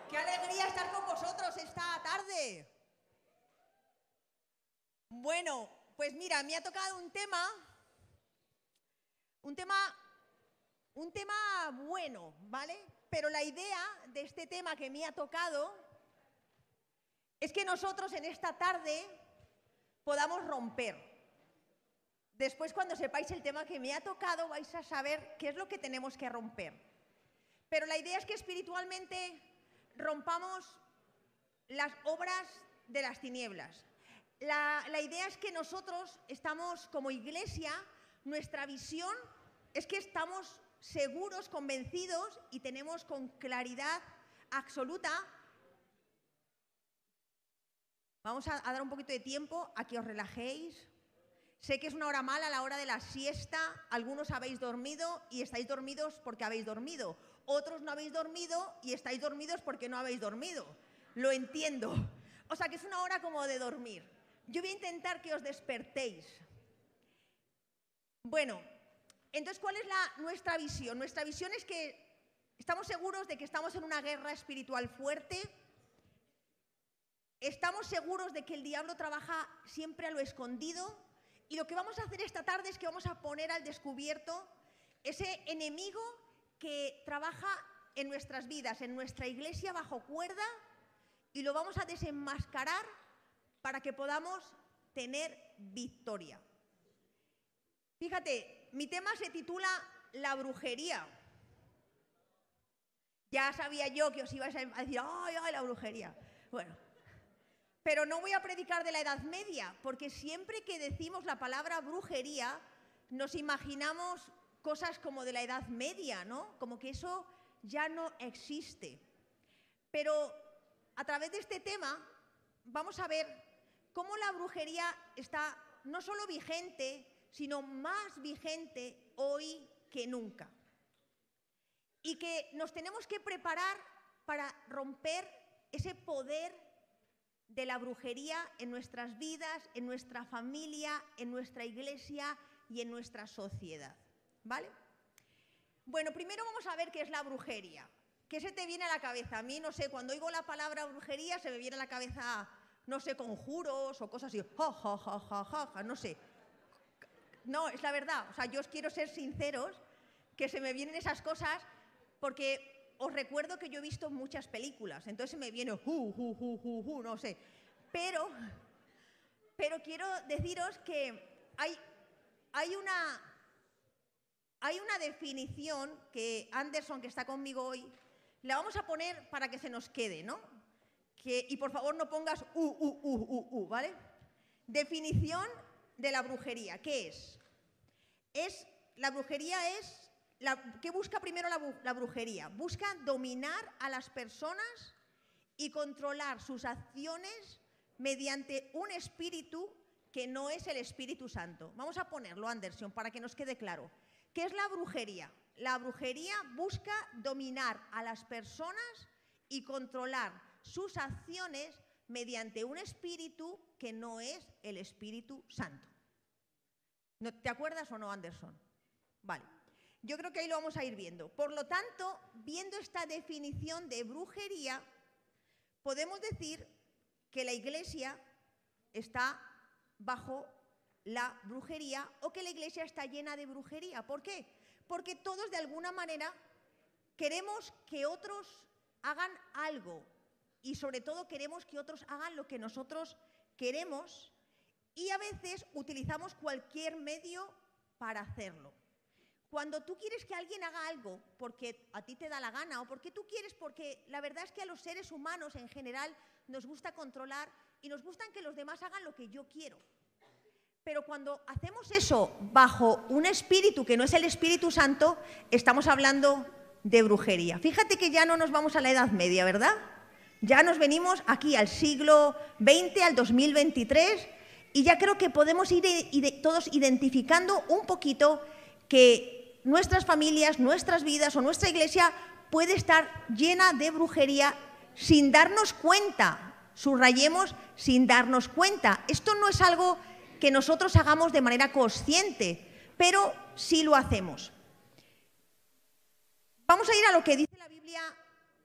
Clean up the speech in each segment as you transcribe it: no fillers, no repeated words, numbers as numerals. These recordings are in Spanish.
¡Qué alegría estar con vosotros esta tarde! Bueno, pues mira, me ha tocado un tema bueno, ¿vale? Pero la idea de este tema que me ha tocado es que nosotros en esta tarde podamos romper. Después, cuando sepáis el tema que me ha tocado, vais a saber qué es lo que tenemos que romper. Pero la idea es que espiritualmente rompamos las obras de las tinieblas. La idea es que nosotros estamos como iglesia, nuestra visión es que estamos seguros, convencidos y tenemos con claridad absoluta. Vamos a dar un poquito de tiempo a que os relajéis. Sé que es una hora mala, la hora de la siesta. Algunos habéis dormido y estáis dormidos porque habéis dormido. Otros no habéis dormido y estáis dormidos porque no habéis dormido. Lo entiendo. O sea que es una hora como de dormir. Yo voy a intentar que os despertéis. Bueno, entonces, ¿cuál es nuestra visión? Nuestra visión es que estamos seguros de que estamos en una guerra espiritual fuerte. Estamos seguros de que el diablo trabaja siempre a lo escondido. Y lo que vamos a hacer esta tarde es que vamos a poner al descubierto ese enemigo que trabaja en nuestras vidas, en nuestra iglesia bajo cuerda, y lo vamos a desenmascarar para que podamos tener victoria. Fíjate, mi tema se titula La brujería. Ya sabía yo que os ibais a decir, ¡ay, ay, la brujería! Bueno, pero no voy a predicar de la Edad Media, porque siempre que decimos la palabra brujería, nos imaginamos cosas como de la Edad Media, ¿no? Como que eso ya no existe. Pero a través de este tema vamos a ver cómo la brujería está no solo vigente, sino más vigente hoy que nunca. Y que nos tenemos que preparar para romper ese poder de la brujería en nuestras vidas, en nuestra familia, en nuestra iglesia y en nuestra sociedad. ¿Vale? Bueno, primero vamos a ver qué es la brujería. ¿Qué se te viene a la cabeza? A mí, no sé, cuando oigo la palabra brujería se me viene a la cabeza, no sé, conjuros o cosas así, ja, ja, ja, ja, ja, ja, no sé. No, es la verdad. O sea, yo os quiero ser sinceros, que se me vienen esas cosas porque os recuerdo que yo he visto muchas películas, entonces se me viene, no sé. Pero quiero deciros que hay una definición que Anderson, que está conmigo hoy, la vamos a poner para que se nos quede, ¿no? Y por favor no pongas ¿vale? Definición de la brujería. ¿Qué es? La brujería es... ¿Qué busca primero la brujería? Busca dominar a las personas y controlar sus acciones mediante un espíritu que no es el Espíritu Santo. Vamos a ponerlo, Anderson, para que nos quede claro. ¿Qué es la brujería? La brujería busca dominar a las personas y controlar sus acciones mediante un espíritu que no es el Espíritu Santo. ¿Te acuerdas o no, Anderson? Vale. Yo creo que ahí lo vamos a ir viendo. Por lo tanto, viendo esta definición de brujería, podemos decir que la iglesia está bajo la brujería o que la iglesia está llena de brujería. ¿Por qué? Porque todos de alguna manera queremos que otros hagan algo y sobre todo queremos que otros hagan lo que nosotros queremos y a veces utilizamos cualquier medio para hacerlo. Cuando tú quieres que alguien haga algo porque a ti te da la gana o porque tú quieres, porque la verdad es que a los seres humanos en general nos gusta controlar y nos gusta que los demás hagan lo que yo quiero. Pero cuando hacemos eso bajo un espíritu que no es el Espíritu Santo, estamos hablando de brujería. Fíjate que ya no nos vamos a la Edad Media, ¿verdad? Ya nos venimos aquí al siglo XX, al 2023, y ya creo que podemos ir todos identificando un poquito que nuestras familias, nuestras vidas o nuestra iglesia puede estar llena de brujería sin darnos cuenta. Subrayemos, sin darnos cuenta. Esto no es algo que nosotros hagamos de manera consciente, pero sí lo hacemos. Vamos a ir a lo que dice la Biblia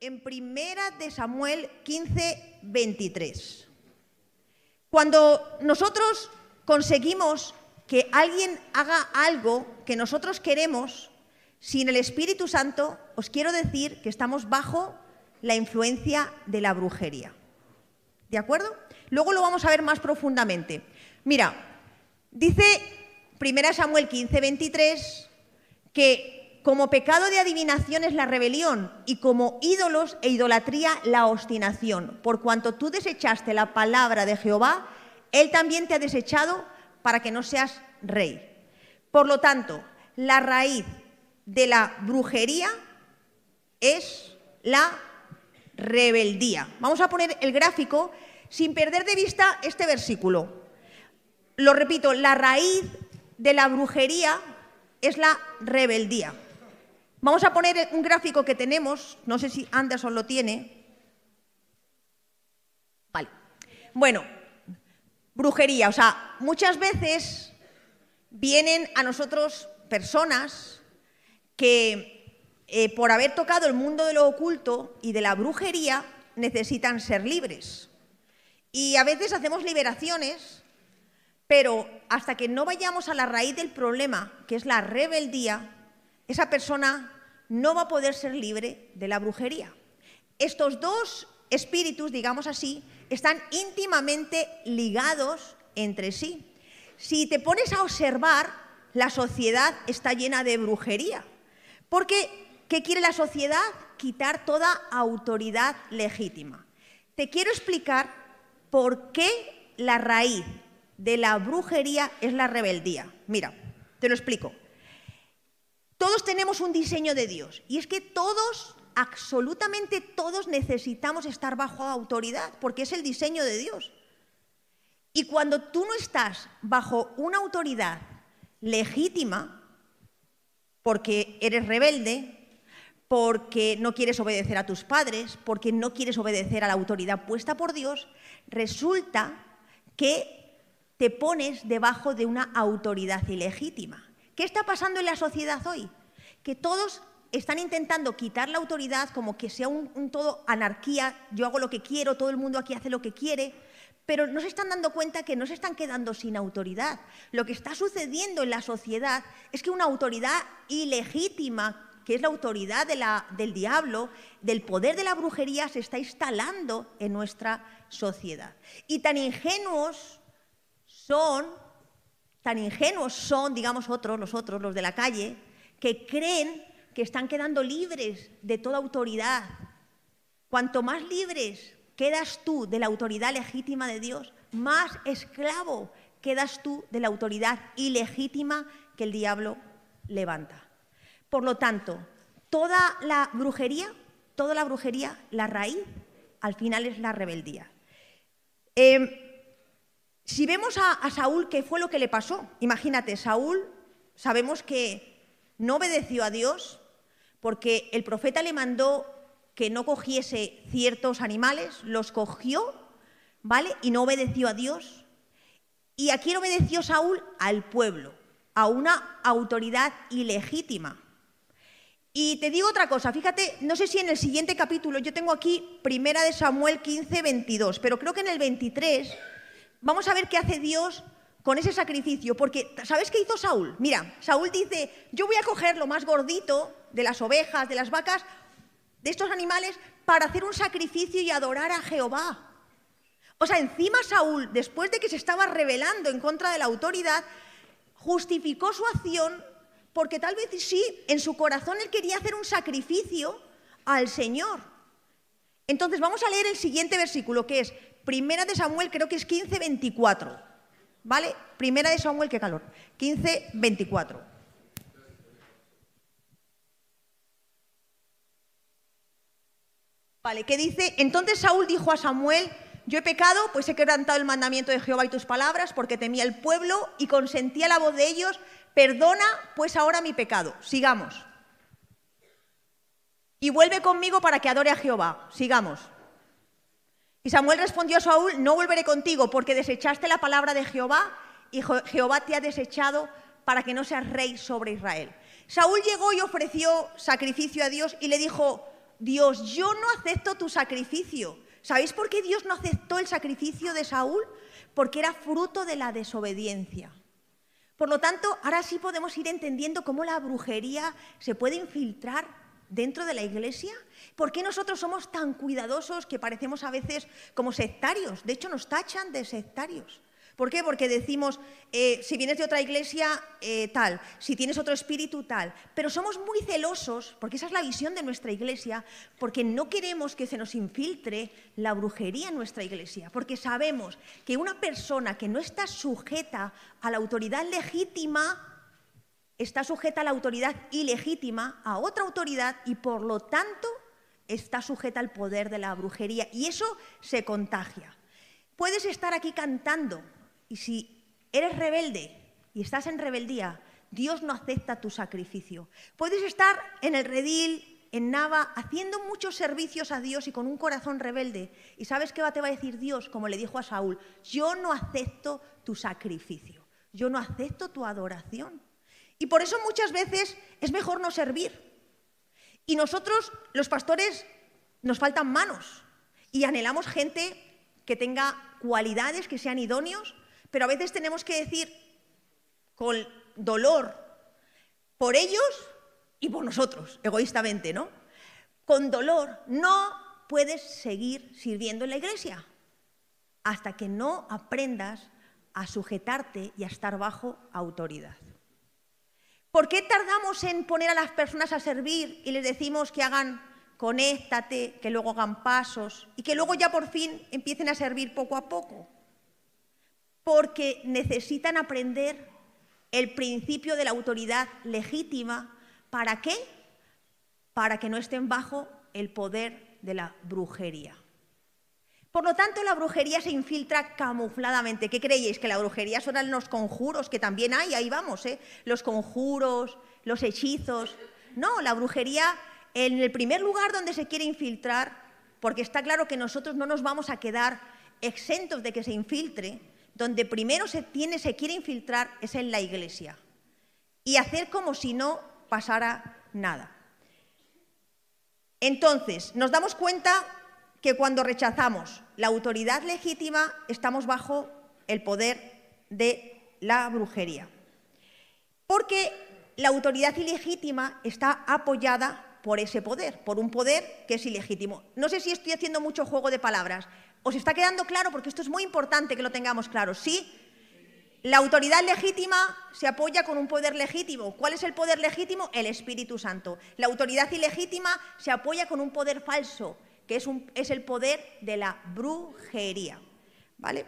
en 1 de Samuel 15, 23. Cuando nosotros conseguimos que alguien haga algo que nosotros queremos, sin el Espíritu Santo, os quiero decir que estamos bajo la influencia de la brujería. ¿De acuerdo? Luego lo vamos a ver más profundamente. Mira, dice 1 Samuel 15, 23, que como pecado de adivinación es la rebelión y como ídolos e idolatría la obstinación. Por cuanto tú desechaste la palabra de Jehová, Él también te ha desechado para que no seas rey. Por lo tanto, la raíz de la brujería es la rebeldía. Vamos a poner el gráfico sin perder de vista este versículo. Lo repito, la raíz de la brujería es la rebeldía. Vamos a poner un gráfico que tenemos, no sé si Anderson lo tiene. Vale. Bueno, brujería, o sea, muchas veces vienen a nosotros personas que por haber tocado el mundo de lo oculto y de la brujería necesitan ser libres. Y a veces hacemos liberaciones, pero hasta que no vayamos a la raíz del problema, que es la rebeldía, esa persona no va a poder ser libre de la brujería. Estos dos espíritus, digamos así, están íntimamente ligados entre sí. Si te pones a observar, la sociedad está llena de brujería. Porque, ¿qué quiere la sociedad? Quitar toda autoridad legítima. Te quiero explicar por qué la raíz de la brujería es la rebeldía. Mira, te lo explico. Todos tenemos un diseño de Dios y es que todos, absolutamente todos necesitamos estar bajo autoridad porque es el diseño de Dios. Y cuando tú no estás bajo una autoridad legítima, porque eres rebelde, porque no quieres obedecer a tus padres, porque no quieres obedecer a la autoridad puesta por Dios, resulta que te pones debajo de una autoridad ilegítima. ¿Qué está pasando en la sociedad hoy? Que todos están intentando quitar la autoridad como que sea un todo anarquía, yo hago lo que quiero, todo el mundo aquí hace lo que quiere, pero no se están dando cuenta que no se están quedando sin autoridad. Lo que está sucediendo en la sociedad es que una autoridad ilegítima, que es la autoridad del diablo, del poder de la brujería, se está instalando en nuestra sociedad. Y tan ingenuos son, digamos, los de la calle, que creen que están quedando libres de toda autoridad. Cuanto más libres quedas tú de la autoridad legítima de Dios, más esclavo quedas tú de la autoridad ilegítima que el diablo levanta. Por lo tanto, toda la brujería, la raíz, al final es la rebeldía. Si vemos a Saúl, ¿qué fue lo que le pasó? Imagínate, Saúl, sabemos que no obedeció a Dios porque el profeta le mandó que no cogiese ciertos animales, los cogió, ¿vale? Y no obedeció a Dios. ¿Y a quién obedeció Saúl? Al pueblo, a una autoridad ilegítima. Y te digo otra cosa, fíjate, no sé si en el siguiente capítulo, yo tengo aquí 1 de Samuel 15, 22, pero creo que en el 23 vamos a ver qué hace Dios con ese sacrificio, porque ¿sabes qué hizo Saúl? Mira, Saúl dice, yo voy a coger lo más gordito de las ovejas, de las vacas, de estos animales, para hacer un sacrificio y adorar a Jehová. O sea, encima Saúl, después de que se estaba rebelando en contra de la autoridad, justificó su acción porque tal vez sí, en su corazón él quería hacer un sacrificio al Señor. Entonces vamos a leer el siguiente versículo, que es 1 de Samuel, creo que es 15, 24. ¿Vale? 1 de Samuel, qué calor. 15, 24. Vale, ¿qué dice? Entonces Saúl dijo a Samuel, yo he pecado, pues he quebrantado el mandamiento de Jehová y tus palabras, porque temía el pueblo y consentía la voz de ellos. Perdona, pues ahora mi pecado. Sigamos. Y vuelve conmigo para que adore a Jehová. Sigamos. Y Samuel respondió a Saúl, no volveré contigo, porque desechaste la palabra de Jehová y Jehová te ha desechado para que no seas rey sobre Israel. Saúl llegó y ofreció sacrificio a Dios y le dijo, Dios, yo no acepto tu sacrificio. ¿Sabéis por qué Dios no aceptó el sacrificio de Saúl? Porque era fruto de la desobediencia. Por lo tanto, ahora sí podemos ir entendiendo cómo la brujería se puede infiltrar dentro de la iglesia. ¿Por qué nosotros somos tan cuidadosos que parecemos a veces como sectarios? De hecho, nos tachan de sectarios. ¿Por qué? Porque decimos, si vienes de otra iglesia, tal, si tienes otro espíritu, tal. Pero somos muy celosos, porque esa es la visión de nuestra iglesia, porque no queremos que se nos infiltre la brujería en nuestra iglesia, porque sabemos que una persona que no está sujeta a la autoridad legítima, está sujeta a la autoridad ilegítima, a otra autoridad, y por lo tanto está sujeta al poder de la brujería, y eso se contagia. Puedes estar aquí cantando, y si eres rebelde y estás en rebeldía, Dios no acepta tu sacrificio. Puedes estar en el redil, en Nava, haciendo muchos servicios a Dios y con un corazón rebelde. ¿Y sabes qué te va a decir Dios? Como le dijo a Saúl, yo no acepto tu sacrificio, yo no acepto tu adoración. Y por eso muchas veces es mejor no servir. Y nosotros, los pastores, nos faltan manos y anhelamos gente que tenga cualidades, que sean idóneos, pero a veces tenemos que decir con dolor por ellos y por nosotros, egoístamente, ¿no? Con dolor, no puedes seguir sirviendo en la iglesia hasta que no aprendas a sujetarte y a estar bajo autoridad. ¿Por qué tardamos en poner a las personas a servir y les decimos que hagan conéctate, que luego hagan pasos y que luego ya por fin empiecen a servir poco a poco? Porque necesitan aprender el principio de la autoridad legítima. ¿Para qué? Para que no estén bajo el poder de la brujería. Por lo tanto, la brujería se infiltra camufladamente. ¿Qué creéis? ¿Que la brujería son los conjuros? Que también hay, ahí vamos, los conjuros, los hechizos. No, la brujería, en el primer lugar donde se quiere infiltrar, porque está claro que nosotros no nos vamos a quedar exentos de que se infiltre, donde primero se quiere infiltrar es en la iglesia y hacer como si no pasara nada. Entonces, nos damos cuenta que cuando rechazamos la autoridad legítima estamos bajo el poder de la brujería. Porque la autoridad ilegítima está apoyada por ese poder, por un poder que es ilegítimo. No sé si estoy haciendo mucho juego de palabras. ¿Os está quedando claro? Porque esto es muy importante que lo tengamos claro. Sí, la autoridad legítima se apoya con un poder legítimo. ¿Cuál es el poder legítimo? El Espíritu Santo. La autoridad ilegítima se apoya con un poder falso, que es el poder de la brujería. ¿Vale?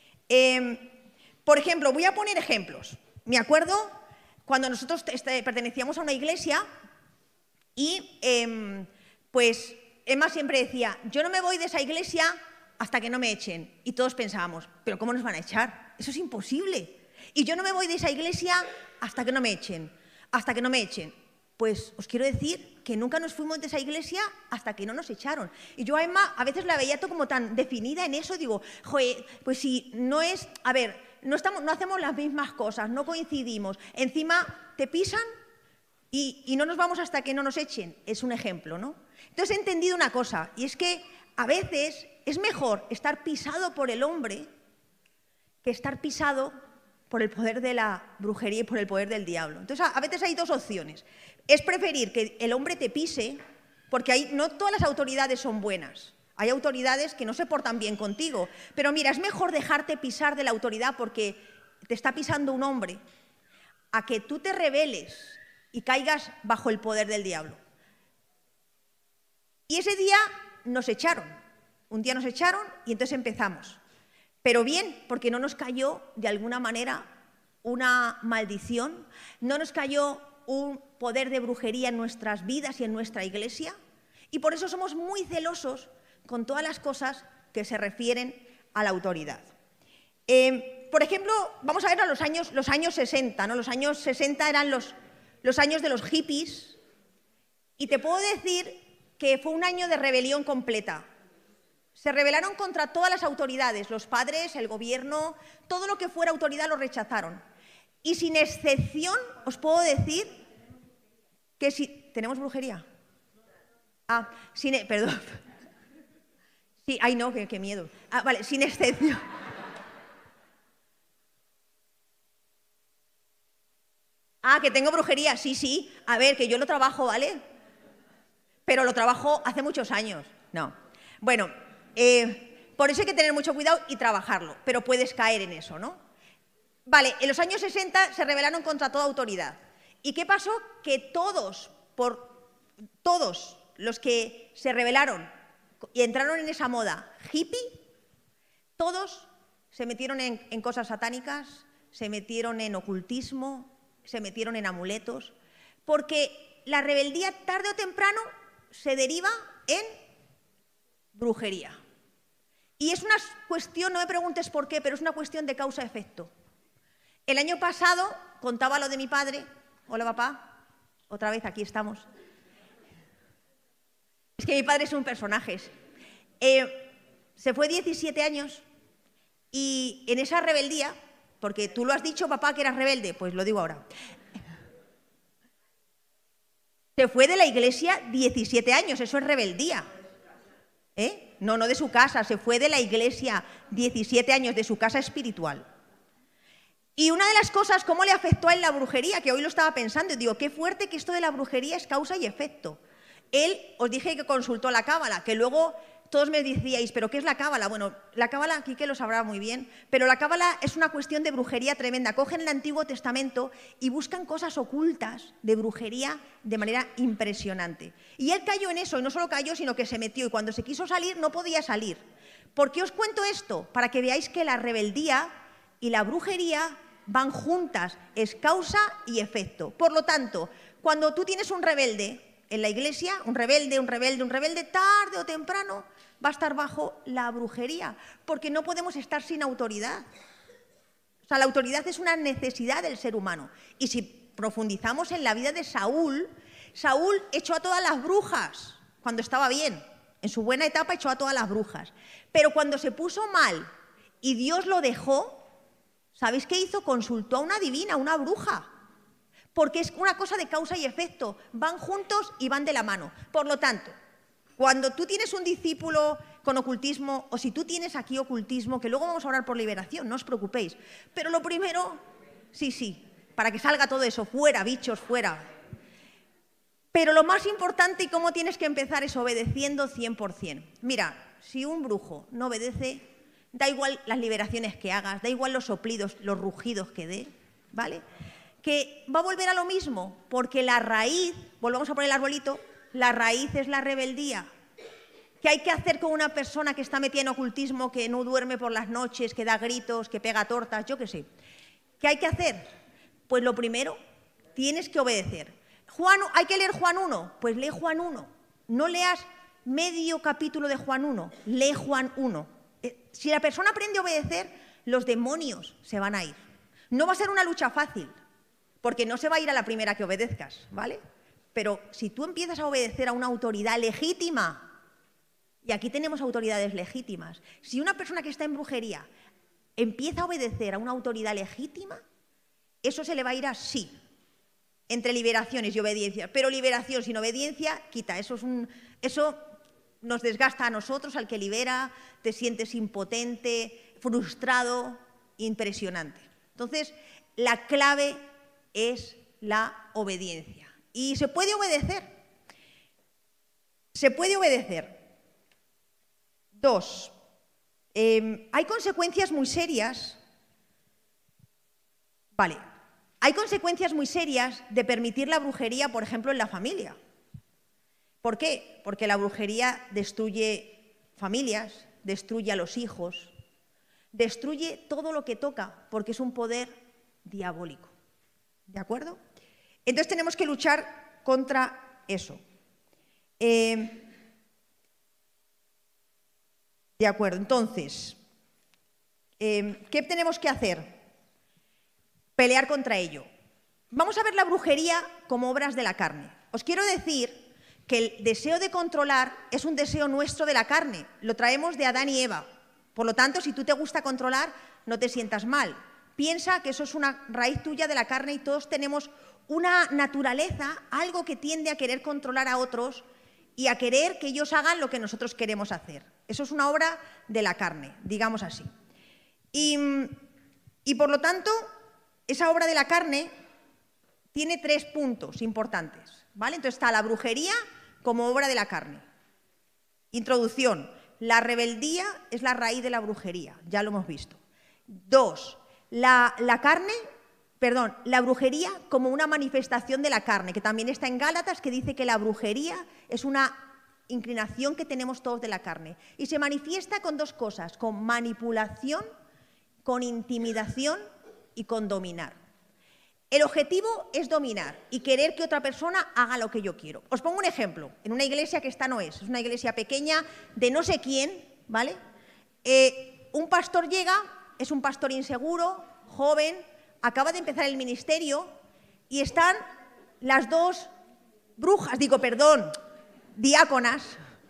Por ejemplo, voy a poner ejemplos. Me acuerdo cuando nosotros pertenecíamos a una iglesia y pues Emma siempre decía, yo no me voy de esa iglesia hasta que no me echen. Y todos pensábamos, ¿pero cómo nos van a echar? Eso es imposible. Y yo no me voy de esa iglesia hasta que no me echen, hasta que no me echen. Pues os quiero decir que nunca nos fuimos de esa iglesia hasta que no nos echaron. Y yo a Emma a veces la veía todo como tan definida en eso, digo, joder, pues si no es, a ver, no hacemos las mismas cosas, no coincidimos, encima te pisan y no nos vamos hasta que no nos echen. Es un ejemplo, ¿no? Entonces he entendido una cosa, y es que a veces es mejor estar pisado por el hombre que estar pisado por el poder de la brujería y por el poder del diablo. Entonces, a veces hay dos opciones. Es preferir que el hombre te pise, porque no todas las autoridades son buenas. Hay autoridades que no se portan bien contigo. Pero mira, es mejor dejarte pisar de la autoridad porque te está pisando un hombre, a que tú te rebeles y caigas bajo el poder del diablo. Y ese día nos echaron. Un día nos echaron y entonces empezamos. Pero bien, porque no nos cayó de alguna manera una maldición, no nos cayó un poder de brujería en nuestras vidas y en nuestra iglesia. Y por eso somos muy celosos con todas las cosas que se refieren a la autoridad. Por ejemplo, vamos a ver a los años 60, ¿no? Los años 60 eran los años de los hippies. Y te puedo decir que fue un año de rebelión completa. Se rebelaron contra todas las autoridades, los padres, el gobierno, todo lo que fuera autoridad lo rechazaron. Y sin excepción os puedo decir que si... ¿Tenemos brujería? Ah, perdón. Sí, ay no, qué miedo. Ah, vale, sin excepción. Ah, que tengo brujería, sí, sí. A ver, que yo lo trabajo, ¿vale? Pero lo trabajo hace muchos años. No. Bueno, por eso hay que tener mucho cuidado y trabajarlo, pero puedes caer en eso, ¿no? Vale, en los años 60 se rebelaron contra toda autoridad. ¿Y qué pasó? Que todos los que se rebelaron y entraron en esa moda hippie, todos se metieron en cosas satánicas, se metieron en ocultismo, se metieron en amuletos, porque la rebeldía tarde o temprano se deriva en brujería. Y es una cuestión, no me preguntes por qué, pero es una cuestión de causa-efecto. El año pasado contaba lo de mi padre. Hola, papá. Otra vez, aquí estamos. Es que mi padre es un personaje. Se fue 17 años y en esa rebeldía, porque tú lo has dicho, papá, que eras rebelde, pues lo digo ahora. Se fue de la iglesia 17 años, eso es rebeldía. No de su casa, se fue de la iglesia 17 años, de su casa espiritual. Y una de las cosas, ¿cómo le afectó a él la brujería? Que hoy lo estaba pensando y digo, qué fuerte que esto de la brujería es causa y efecto. Él, os dije que consultó la cábala, que luego todos me decíais, ¿pero qué es la cábala? Bueno, la cábala aquí que lo sabrá muy bien, pero la cábala es una cuestión de brujería tremenda. Cogen el Antiguo Testamento y buscan cosas ocultas de brujería de manera impresionante. Y él cayó en eso, y no solo cayó, sino que se metió, y cuando se quiso salir no podía salir. ¿Por qué os cuento esto? Para que veáis que la rebeldía y la brujería van juntas, es causa y efecto. Por lo tanto, cuando tú tienes un rebelde en la iglesia, un rebelde, tarde o temprano va a estar bajo la brujería, porque no podemos estar sin autoridad. O sea, la autoridad es una necesidad del ser humano. Y si profundizamos en la vida de Saúl, Saúl echó a todas las brujas cuando estaba bien. En su buena etapa echó a todas las brujas. Pero cuando se puso mal y Dios lo dejó, ¿sabéis qué hizo? Consultó a una adivina, a una bruja. Porque es una cosa de causa y efecto. Van juntos y van de la mano. Por lo tanto, cuando tú tienes un discípulo con ocultismo, o si tú tienes aquí ocultismo, que luego vamos a orar por liberación, no os preocupéis. Pero lo primero, sí, para que salga todo eso, fuera, bichos, fuera. Pero lo más importante y cómo tienes que empezar es obedeciendo 100%. Mira, si un brujo no obedece, da igual las liberaciones que hagas, da igual los soplidos, los rugidos que dé, ¿vale? Que va a volver a lo mismo, porque la raíz, volvamos a poner el arbolito, la raíz es la rebeldía. ¿Qué hay que hacer con una persona que está metida en ocultismo, que no duerme por las noches, que da gritos, que pega tortas, yo qué sé? ¿Qué hay que hacer? Pues lo primero, tienes que obedecer. ¿Hay que leer Juan 1? Pues lee Juan 1. No leas medio capítulo de Juan 1, lee Juan 1. Si la persona aprende a obedecer, los demonios se van a ir. No va a ser una lucha fácil, porque no se va a ir a la primera que obedezcas, ¿vale? Pero si tú empiezas a obedecer a una autoridad legítima, y aquí tenemos autoridades legítimas, si una persona que está en brujería empieza a obedecer a una autoridad legítima, eso se le va a ir así, entre liberaciones y obediencia. Pero liberación sin obediencia, quita, eso nos desgasta a nosotros, al que libera, te sientes impotente, frustrado, impresionante. Entonces, la clave es la obediencia. Y se puede obedecer. Se puede obedecer. 2. Hay consecuencias muy serias. Vale. Hay consecuencias muy serias de permitir la brujería, por ejemplo, en la familia. ¿Por qué? Porque la brujería destruye familias, destruye a los hijos, destruye todo lo que toca, porque es un poder diabólico. ¿De acuerdo? Entonces tenemos que luchar contra eso. De acuerdo, entonces, ¿qué tenemos que hacer? Pelear contra ello. Vamos a ver la brujería como obras de la carne. Os quiero decir que el deseo de controlar es un deseo nuestro de la carne. Lo traemos de Adán y Eva. Por lo tanto, si tú te gusta controlar, no te sientas mal. Piensa que eso es una raíz tuya de la carne y todos tenemos una naturaleza, algo que tiende a querer controlar a otros y a querer que ellos hagan lo que nosotros queremos hacer. Eso es una obra de la carne, digamos así. Y por lo tanto, esa obra de la carne tiene 3 puntos importantes, ¿vale? Entonces está la brujería como obra de la carne. Introducción. La rebeldía es la raíz de la brujería, ya lo hemos visto. 2. La brujería como una manifestación de la carne, que también está en Gálatas, que dice que la brujería es una inclinación que tenemos todos de la carne. Y se manifiesta con 2 cosas, con manipulación, con intimidación y con dominar. El objetivo es dominar y querer que otra persona haga lo que yo quiero. Os pongo un ejemplo, en una iglesia que esta no es una iglesia pequeña de no sé quién, ¿vale? Un pastor llega, es un pastor inseguro, joven, acaba de empezar el ministerio y están las 2 diáconas,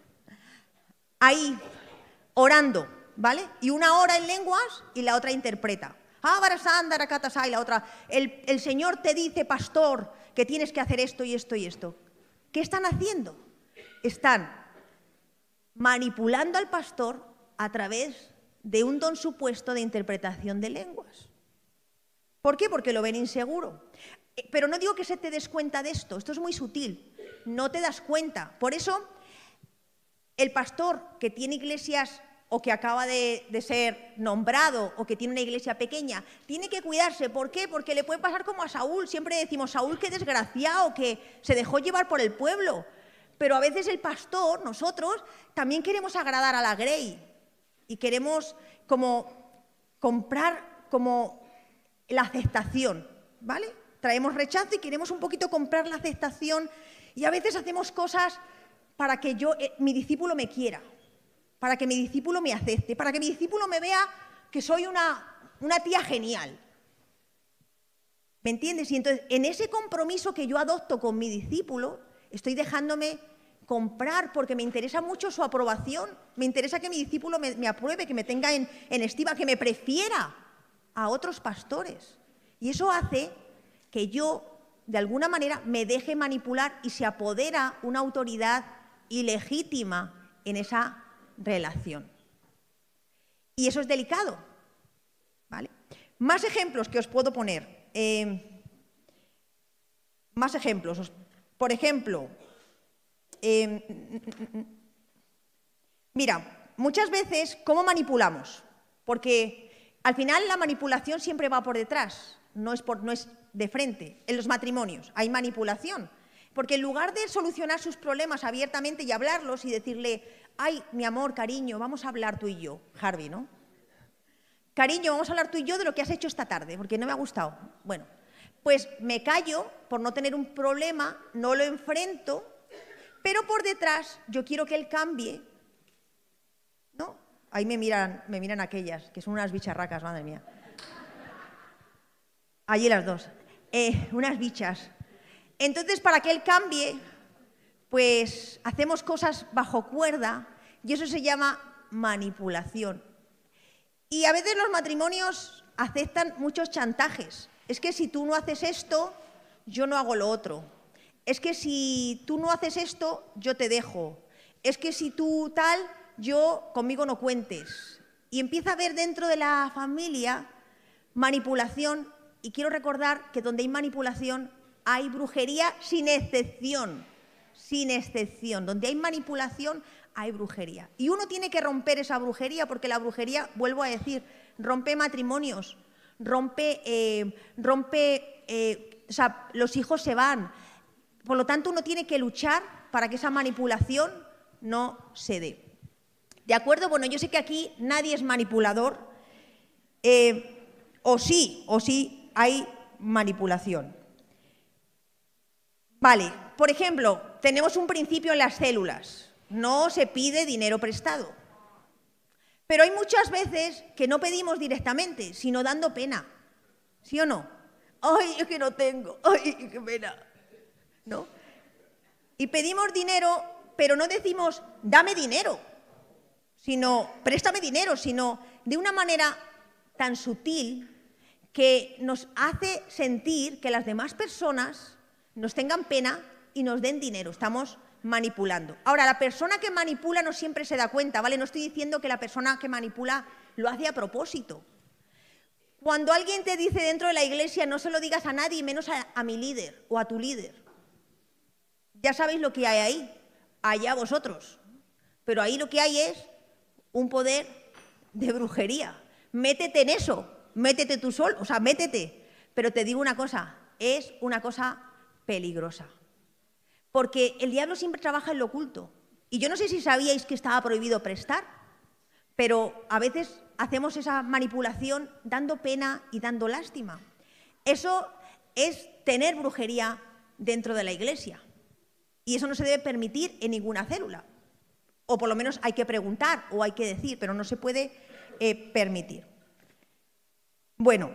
ahí orando, ¿vale? Y una ora en lenguas y la otra interpreta. Y la otra, el Señor te dice, pastor, que tienes que hacer esto y esto y esto. ¿Qué están haciendo? Están manipulando al pastor a través de un don supuesto de interpretación de lenguas. ¿Por qué? Porque lo ven inseguro. Pero no digo que se te des cuenta de esto es muy sutil, no te das cuenta. Por eso, el pastor que tiene iglesias o que acaba de ser nombrado o que tiene una iglesia pequeña, tiene que cuidarse. ¿Por qué? Porque le puede pasar como a Saúl. Siempre decimos, Saúl, qué desgraciado, que se dejó llevar por el pueblo. Pero a veces el pastor, nosotros, también queremos agradar a la grey y queremos como comprar como la aceptación, ¿vale? Traemos rechazo y queremos un poquito comprar la aceptación y a veces hacemos cosas para que mi discípulo me quiera, para que mi discípulo me acepte, para que mi discípulo me vea que soy una tía genial. ¿Me entiendes? Y entonces, en ese compromiso que yo adopto con mi discípulo, estoy dejándome comprar porque me interesa mucho su aprobación, me interesa que mi discípulo me apruebe, que me tenga en estima, que me prefiera a otros pastores. Y eso hace que yo, de alguna manera, me deje manipular y se apodera una autoridad ilegítima en esa relación. Y eso es delicado, ¿vale? Más ejemplos que os puedo poner. Más ejemplos. Por ejemplo, mira, muchas veces, ¿cómo manipulamos? Porque al final la manipulación siempre va por detrás, no es de frente. En los matrimonios hay manipulación. Porque en lugar de solucionar sus problemas abiertamente y hablarlos y decirle, ay, mi amor, cariño, vamos a hablar tú y yo, Harvey, ¿no? Cariño, vamos a hablar tú y yo de lo que has hecho esta tarde, porque no me ha gustado. Bueno, pues me callo por no tener un problema, no lo enfrento, pero por detrás yo quiero que él cambie, ¿no? Ahí me miran aquellas, que son unas bicharracas, madre mía. Allí las 2. Unas bichas. Entonces, para que él cambie, pues hacemos cosas bajo cuerda y eso se llama manipulación. Y a veces los matrimonios aceptan muchos chantajes. Es que si tú no haces esto, yo no hago lo otro. Es que si tú no haces esto, yo te dejo. Es que si tú tal, conmigo no cuentes. Y empieza a haber dentro de la familia manipulación. Y quiero recordar que donde hay manipulación hay brujería sin excepción. Sin excepción. Donde hay manipulación hay brujería. Y uno tiene que romper esa brujería porque la brujería, vuelvo a decir, rompe matrimonios, o sea, los hijos se van. Por lo tanto, uno tiene que luchar para que esa manipulación no se dé. ¿De acuerdo? Bueno, yo sé que aquí nadie es manipulador. O sí hay manipulación. Vale, por ejemplo, tenemos un principio en las células. No se pide dinero prestado. Pero hay muchas veces que no pedimos directamente, sino dando pena. ¿Sí o no? ¡Ay, es que no tengo! ¡Ay, qué pena! ¿No? Y pedimos dinero, pero no decimos, dame dinero, sino, préstame dinero, sino de una manera tan sutil que nos hace sentir que las demás personas nos tengan pena y nos den dinero. Estamos manipulando. Ahora, la persona que manipula no siempre se da cuenta, ¿vale? No estoy diciendo que la persona que manipula lo hace a propósito. Cuando alguien te dice dentro de la iglesia, no se lo digas a nadie, menos a mi líder o a tu líder. Ya sabéis lo que hay ahí, allá vosotros. Pero ahí lo que hay es un poder de brujería. Métete en eso, métete tú solo, o sea, métete. Pero te digo una cosa, es una cosa peligrosa. Porque el diablo siempre trabaja en lo oculto. Y yo no sé si sabíais que estaba prohibido prestar, pero a veces hacemos esa manipulación dando pena y dando lástima. Eso es tener brujería dentro de la iglesia. Y eso no se debe permitir en ninguna célula. O por lo menos hay que preguntar o hay que decir, pero no se puede permitir. Bueno,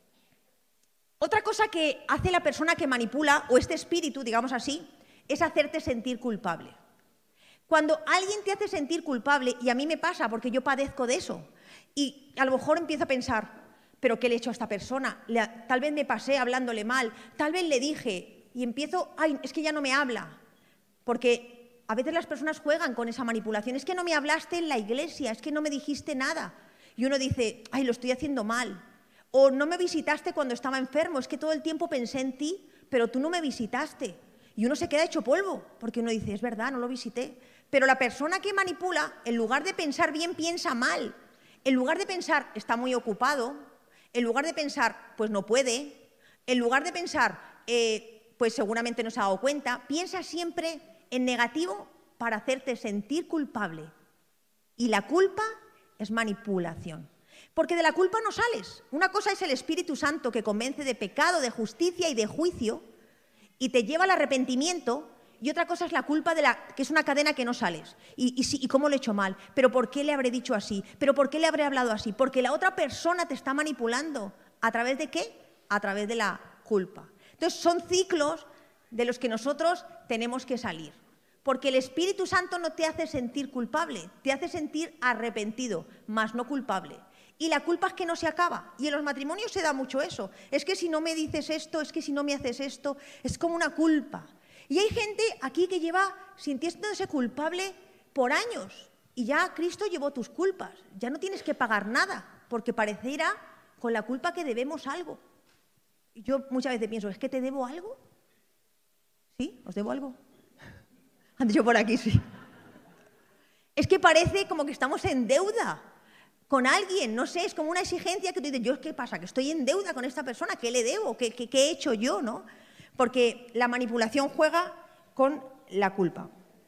otra cosa que hace la persona que manipula, o este espíritu, digamos así, es hacerte sentir culpable. Cuando alguien te hace sentir culpable, y a mí me pasa porque yo padezco de eso, y a lo mejor empiezo a pensar, ¿pero qué le he hecho a esta persona? Tal vez me pasé hablándole mal, tal vez le dije, y empiezo, ay, es que ya no me habla, porque a veces las personas juegan con esa manipulación, es que no me hablaste en la iglesia, es que no me dijiste nada, y uno dice, ay, lo estoy haciendo mal, o no me visitaste cuando estaba enfermo, es que todo el tiempo pensé en ti, pero tú no me visitaste, y uno se queda hecho polvo, porque uno dice, es verdad, no lo visité, pero la persona que manipula, en lugar de pensar bien, piensa mal, en lugar de pensar, está muy ocupado, en lugar de pensar, pues no puede, en lugar de pensar, pues seguramente no se ha dado cuenta, piensa siempre en negativo para hacerte sentir culpable. Y la culpa es manipulación. Porque de la culpa no sales. Una cosa es el Espíritu Santo que convence de pecado, de justicia y de juicio y te lleva al arrepentimiento. Y otra cosa es la culpa, que es una cadena que no sales. ¿Y cómo lo he hecho mal? ¿Pero por qué le habré dicho así? ¿Pero por qué le habré hablado así? Porque la otra persona te está manipulando. ¿A través de qué? A través de la culpa. Entonces son ciclos de los que nosotros tenemos que salir. Porque el Espíritu Santo no te hace sentir culpable, te hace sentir arrepentido, más no culpable. Y la culpa es que no se acaba. Y en los matrimonios se da mucho eso. Es que si no me dices esto, es que si no me haces esto, es como una culpa. Y hay gente aquí que lleva sintiéndose culpable por años. Y ya Cristo llevó tus culpas. Ya no tienes que pagar nada, porque parecerá con la culpa que debemos algo. Y yo muchas veces pienso, ¿es que te debo algo? ¿Sí? ¿Os debo algo? Han dicho por aquí, sí. Es que parece como que estamos en deuda con alguien, no sé, es como una exigencia que tú dices, ¿yo qué pasa? ¿Que estoy en deuda con esta persona? ¿Qué le debo? ¿Qué he hecho yo? ¿No? Porque la manipulación juega con la culpa.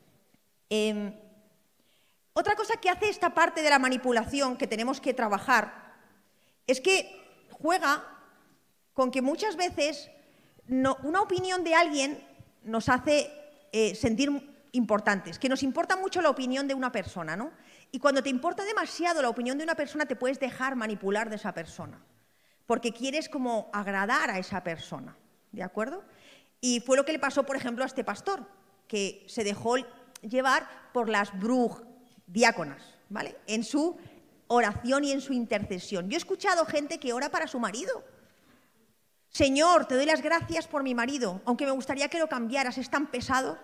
Otra cosa que hace esta parte de la manipulación que tenemos que trabajar es que juega con que muchas veces una opinión de alguien nos hace sentir importantes, que nos importa mucho la opinión de una persona, ¿no? Y cuando te importa demasiado la opinión de una persona te puedes dejar manipular de esa persona, porque quieres como agradar a esa persona, ¿de acuerdo? Y fue lo que le pasó, por ejemplo, a este pastor, que se dejó llevar por las diáconas, ¿vale? En su oración y en su intercesión. Yo he escuchado gente que ora para su marido. Señor, te doy las gracias por mi marido, aunque me gustaría que lo cambiaras, es tan pesado.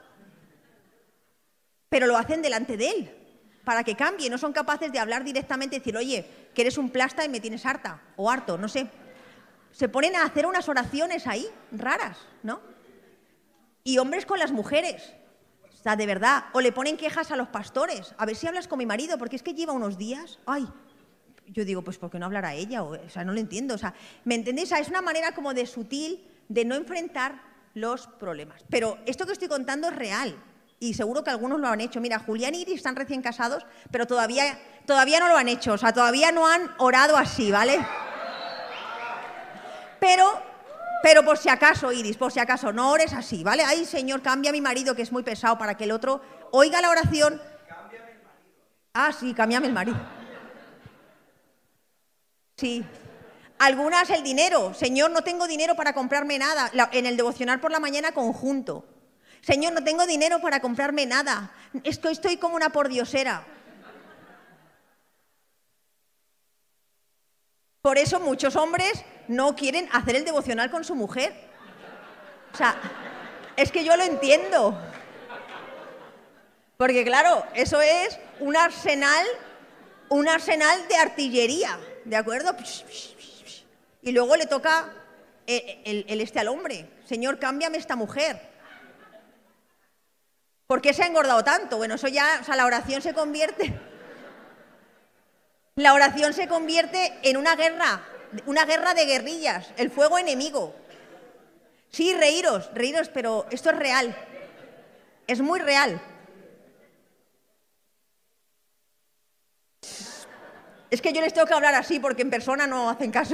Pero lo hacen delante de él, para que cambie. No son capaces de hablar directamente y decir, oye, que eres un plasta y me tienes harta, o harto, no sé. Se ponen a hacer unas oraciones ahí, raras, ¿no? Y hombres con las mujeres, o sea, de verdad. O le ponen quejas a los pastores, a ver si hablas con mi marido, porque es que lleva unos días, ay, yo digo, pues ¿por qué no hablará ella? O sea, no lo entiendo, o sea, ¿me entendéis? O sea, es una manera como de sutil de no enfrentar los problemas. Pero esto que estoy contando es real. Y seguro que algunos lo han hecho. Mira, Julián y Iris están recién casados, pero todavía no lo han hecho. O sea, todavía no han orado así, ¿vale? Pero por si acaso, Iris, por si acaso, no ores así, ¿vale? Ay, Señor, cambia a mi marido, que es muy pesado, para que el otro oiga la oración. Cámbiame el marido. Ah, sí, cámbiame el marido. Sí. Algunas el dinero. Señor, no tengo dinero para comprarme nada. En el devocional por la mañana conjunto. Señor, no tengo dinero para comprarme nada. Estoy como una pordiosera. Por eso muchos hombres no quieren hacer el devocional con su mujer. O sea, es que yo lo entiendo. Porque claro, eso es un arsenal de artillería, ¿de acuerdo? Y luego le toca al hombre. Señor, cámbiame esta mujer. ¿Por qué se ha engordado tanto? Bueno, eso ya, o sea, la oración se convierte en una guerra de guerrillas, el fuego enemigo. Sí, reíros, pero esto es real. Es muy real. Es que yo les tengo que hablar así porque en persona no hacen caso.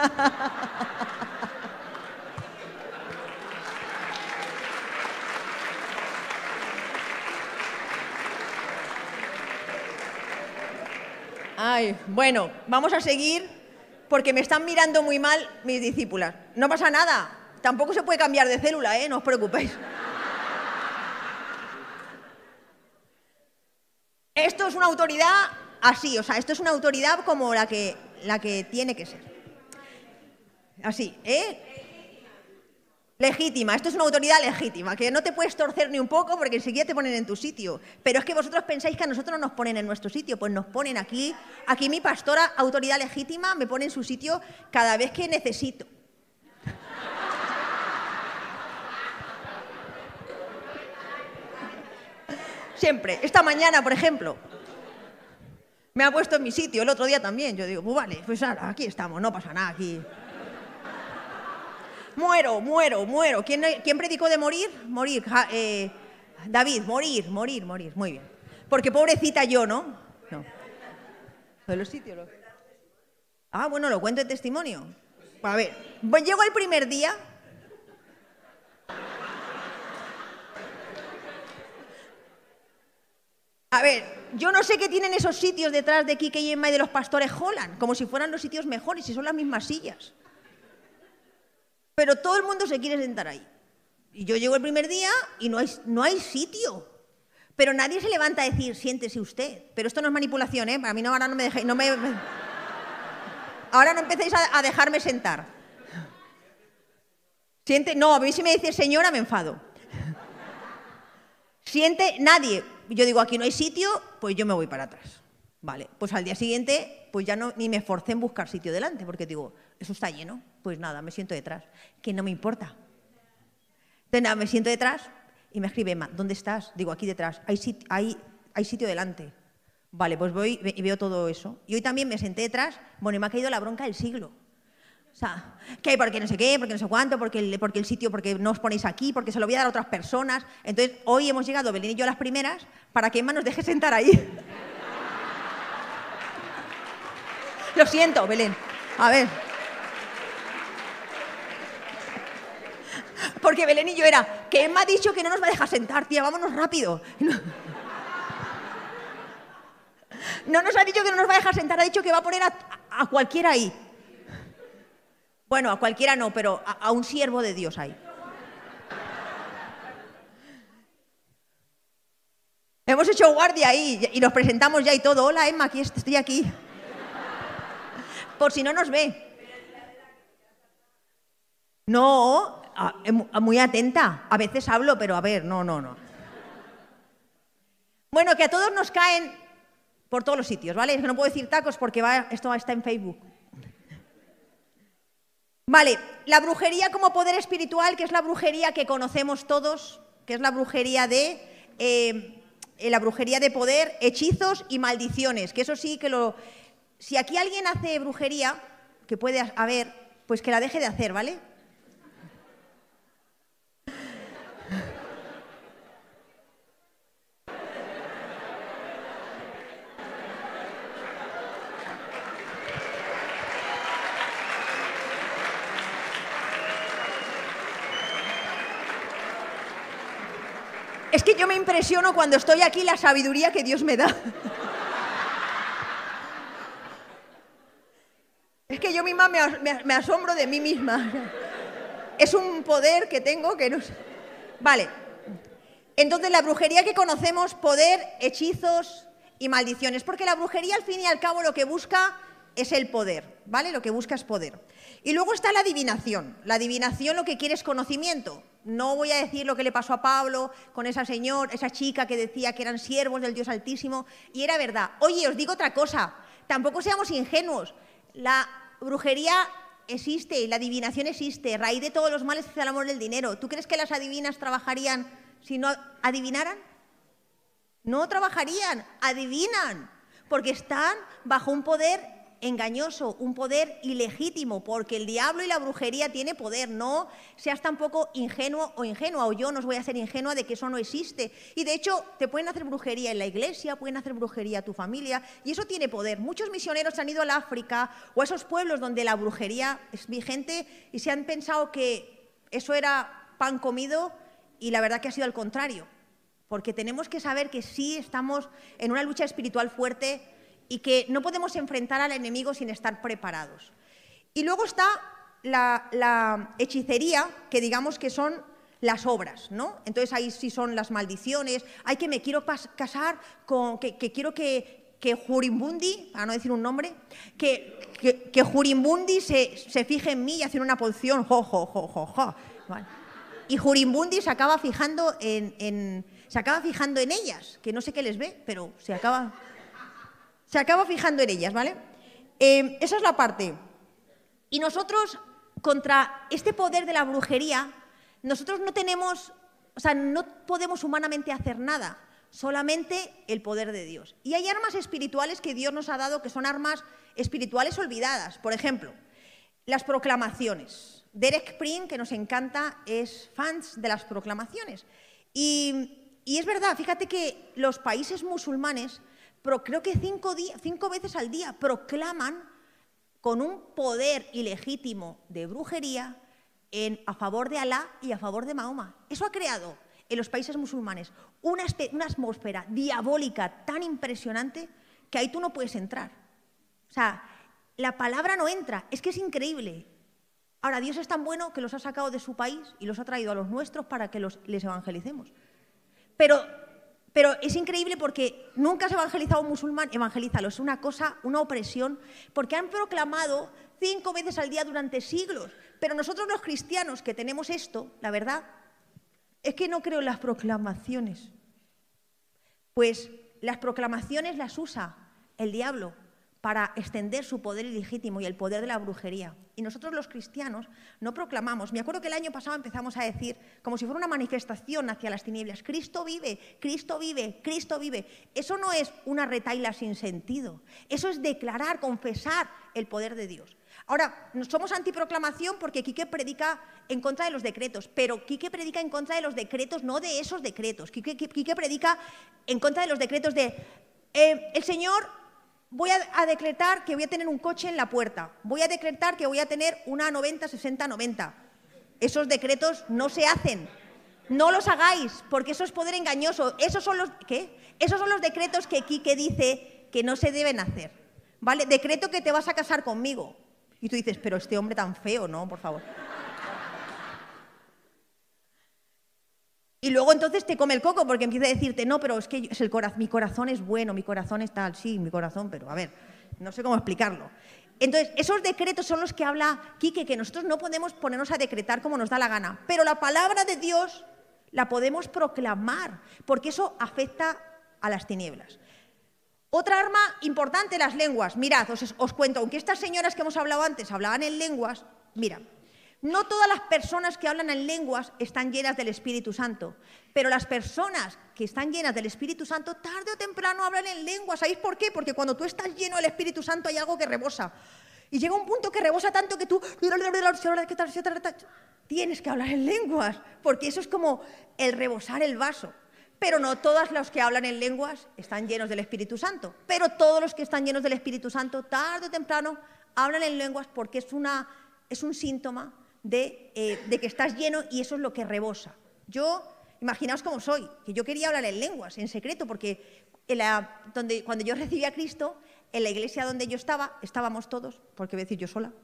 Ay, bueno, vamos a seguir porque me están mirando muy mal mis discípulas. No pasa nada, tampoco se puede cambiar de célula, no os preocupéis. Esto es una autoridad así, o sea, esto es una autoridad como la que tiene que ser. Así, Legítima, esto es una autoridad legítima, que no te puedes torcer ni un poco porque enseguida te ponen en tu sitio. Pero es que vosotros pensáis que a nosotros no nos ponen en nuestro sitio, pues nos ponen aquí mi pastora, autoridad legítima, me pone en su sitio cada vez que necesito. Siempre. Esta mañana, por ejemplo, me ha puesto en mi sitio, el otro día también. Yo digo, pues vale, pues ahora, aquí estamos, no pasa nada aquí. Muero. ¿Quién predicó de morir? Morir. David, morir. Muy bien. Porque pobrecita yo, ¿no? No. ¿De los sitios? Ah, bueno, lo cuento en testimonio. A ver, llego el primer día. A ver, yo no sé qué tienen esos sitios detrás de Quique y Emma y de los pastores Holland, como si fueran los sitios mejores y son las mismas sillas. Pero todo el mundo se quiere sentar ahí. Y yo llego el primer día y no hay sitio. Pero nadie se levanta a decir, siéntese usted. Pero esto no es manipulación, ¿eh? Para mí no, ahora no me dejéis, ahora no empecéis a dejarme sentar. No, a mí si me dice señora me enfado. Nadie. Yo digo, aquí no hay sitio, pues yo me voy para atrás. Vale, pues al día siguiente, pues ya ni me esforcé en buscar sitio delante, porque digo, eso está lleno, pues nada, me siento detrás, que no me importa. Entonces nada, me siento detrás y me escribe Emma, ¿dónde estás? Digo, aquí detrás, hay sitio delante. Vale, pues voy y veo todo eso. Y hoy también me senté detrás, bueno, y me ha caído la bronca del siglo. O sea, que porque no sé qué, porque no sé cuánto, porque el sitio, porque no os ponéis aquí, porque se lo voy a dar a otras personas. Entonces, hoy hemos llegado, Belén y yo, las primeras, para que Emma nos deje sentar ahí. Lo siento, Belén. A ver. Porque Belén y yo era, que Emma ha dicho que no nos va a dejar sentar, tía, vámonos rápido. No nos ha dicho que no nos va a dejar sentar, ha dicho que va a poner a cualquiera ahí. Bueno, a cualquiera no, pero a un siervo de Dios ahí. Hemos hecho guardia ahí y nos presentamos ya y todo. Hola, Emma, estoy aquí. Por si no nos ve. No, muy atenta. A veces hablo, pero a ver, no. Bueno, que a todos nos caen por todos los sitios, ¿vale? Es que no puedo decir tacos porque esto está en Facebook. Vale, la brujería como poder espiritual, que es la brujería que conocemos todos, que es la brujería de poder, hechizos y maldiciones, que eso sí que si aquí alguien hace brujería, que puede haber, pues que la deje de hacer, ¿vale? Es que yo me impresiono cuando estoy aquí la sabiduría que Dios me da. Es que yo misma me asombro de mí misma. Es un poder que tengo que no sé. Vale. Entonces la brujería que conocemos, poder, hechizos y maldiciones. Porque la brujería al fin y al cabo lo que busca es el poder, ¿vale? Lo que busca es poder. Y luego está la adivinación. La adivinación lo que quiere es conocimiento. No voy a decir lo que le pasó a Pablo con esa chica que decía que eran siervos del Dios Altísimo, y era verdad. Oye, os digo otra cosa, tampoco seamos ingenuos. La brujería existe y la adivinación existe. Raíz de todos los males es el amor del dinero. ¿Tú crees que las adivinas trabajarían si no adivinaran? No trabajarían, adivinan, porque están bajo un poder engañoso, un poder ilegítimo, porque el diablo y la brujería tiene poder. No seas tampoco ingenuo o ingenua, o yo no os voy a ser ingenua de que eso no existe. Y de hecho, te pueden hacer brujería en la iglesia, pueden hacer brujería a tu familia, y eso tiene poder. Muchos misioneros han ido al África o a esos pueblos donde la brujería es vigente y se han pensado que eso era pan comido, y la verdad que ha sido al contrario. Porque tenemos que saber que sí estamos en una lucha espiritual fuerte y que no podemos enfrentar al enemigo sin estar preparados. Y luego está la hechicería, que digamos que son las obras, ¿no? Entonces ahí sí son las maldiciones. Ay, que me quiero casar con... que quiero que Jurimbundi, para no decir un nombre, que Jurimbundi se fije en mí y hacer una poción. Jo, jo, jo, jo, jo. Vale. Y Jurimbundi se acaba fijando en ellas, que no sé qué les ve, pero se acaba fijando en ellas, ¿vale? Esa es la parte. Y nosotros, contra este poder de la brujería, nosotros no podemos humanamente hacer nada, solamente el poder de Dios. Y hay armas espirituales que Dios nos ha dado, que son armas espirituales olvidadas. Por ejemplo, las proclamaciones. Derek Prince, que nos encanta, es fan de las proclamaciones. Y es verdad, fíjate que los países musulmanes, creo que 5 veces al día, proclaman con un poder ilegítimo de brujería a favor de Alá y a favor de Mahoma. Eso ha creado en los países musulmanes una atmósfera diabólica tan impresionante que ahí tú no puedes entrar. O sea, la palabra no entra, es que es increíble. Ahora, Dios es tan bueno que los ha sacado de su país y los ha traído a los nuestros para que les evangelicemos. Pero es increíble porque nunca has evangelizado a un musulmán, evangelízalo. Es una cosa, una opresión, porque han proclamado 5 veces al día durante siglos. Pero nosotros los cristianos que tenemos esto, la verdad, es que no creo en las proclamaciones. Pues las proclamaciones las usa el diablo para extender su poder ilegítimo y el poder de la brujería. Y nosotros los cristianos no proclamamos. Me acuerdo que el año pasado empezamos a decir, como si fuera una manifestación hacia las tinieblas, Cristo vive, Cristo vive, Cristo vive. Eso no es una retahíla sin sentido. Eso es declarar, confesar el poder de Dios. Ahora, somos antiproclamación porque Quique predica en contra de los decretos, pero Quique predica en contra de los decretos, no de esos decretos. Quique predica en contra de los decretos de el Señor... Voy a decretar que voy a tener un coche en la puerta. Voy a decretar que voy a tener una 90, 60, 90. Esos decretos no se hacen. No los hagáis, porque eso es poder engañoso. Esos son los decretos que Quique dice que no se deben hacer. ¿Vale? Decreto que te vas a casar conmigo. Y tú dices, pero este hombre tan feo, ¿no? Por favor. Y luego entonces te come el coco porque empieza a decirte, no, pero es que mi corazón es bueno, mi corazón es tal, sí, mi corazón, pero a ver, no sé cómo explicarlo. Entonces, esos decretos son los que habla Quique, que nosotros no podemos ponernos a decretar como nos da la gana, pero la palabra de Dios la podemos proclamar, porque eso afecta a las tinieblas. Otra arma importante, las lenguas. Mirad, os cuento, aunque estas señoras que hemos hablado antes hablaban en lenguas, mira, no todas las personas que hablan en lenguas están llenas del Espíritu Santo, pero las personas que están llenas del Espíritu Santo tarde o temprano hablan en lenguas. ¿Sabéis por qué? Porque cuando tú estás lleno del Espíritu Santo hay algo que rebosa. Y llega un punto que rebosa tanto que tú tienes que hablar en lenguas, porque eso es como el rebosar el vaso. Pero no todos los que hablan en lenguas están llenos del Espíritu Santo, pero todos los que están llenos del Espíritu Santo tarde o temprano hablan en lenguas porque es un síntoma de que estás lleno y eso es lo que rebosa. Imaginaos cómo soy, que yo quería hablar en lenguas, en secreto, porque cuando yo recibí a Cristo, en la iglesia donde yo estábamos todos, porque voy a decir yo sola,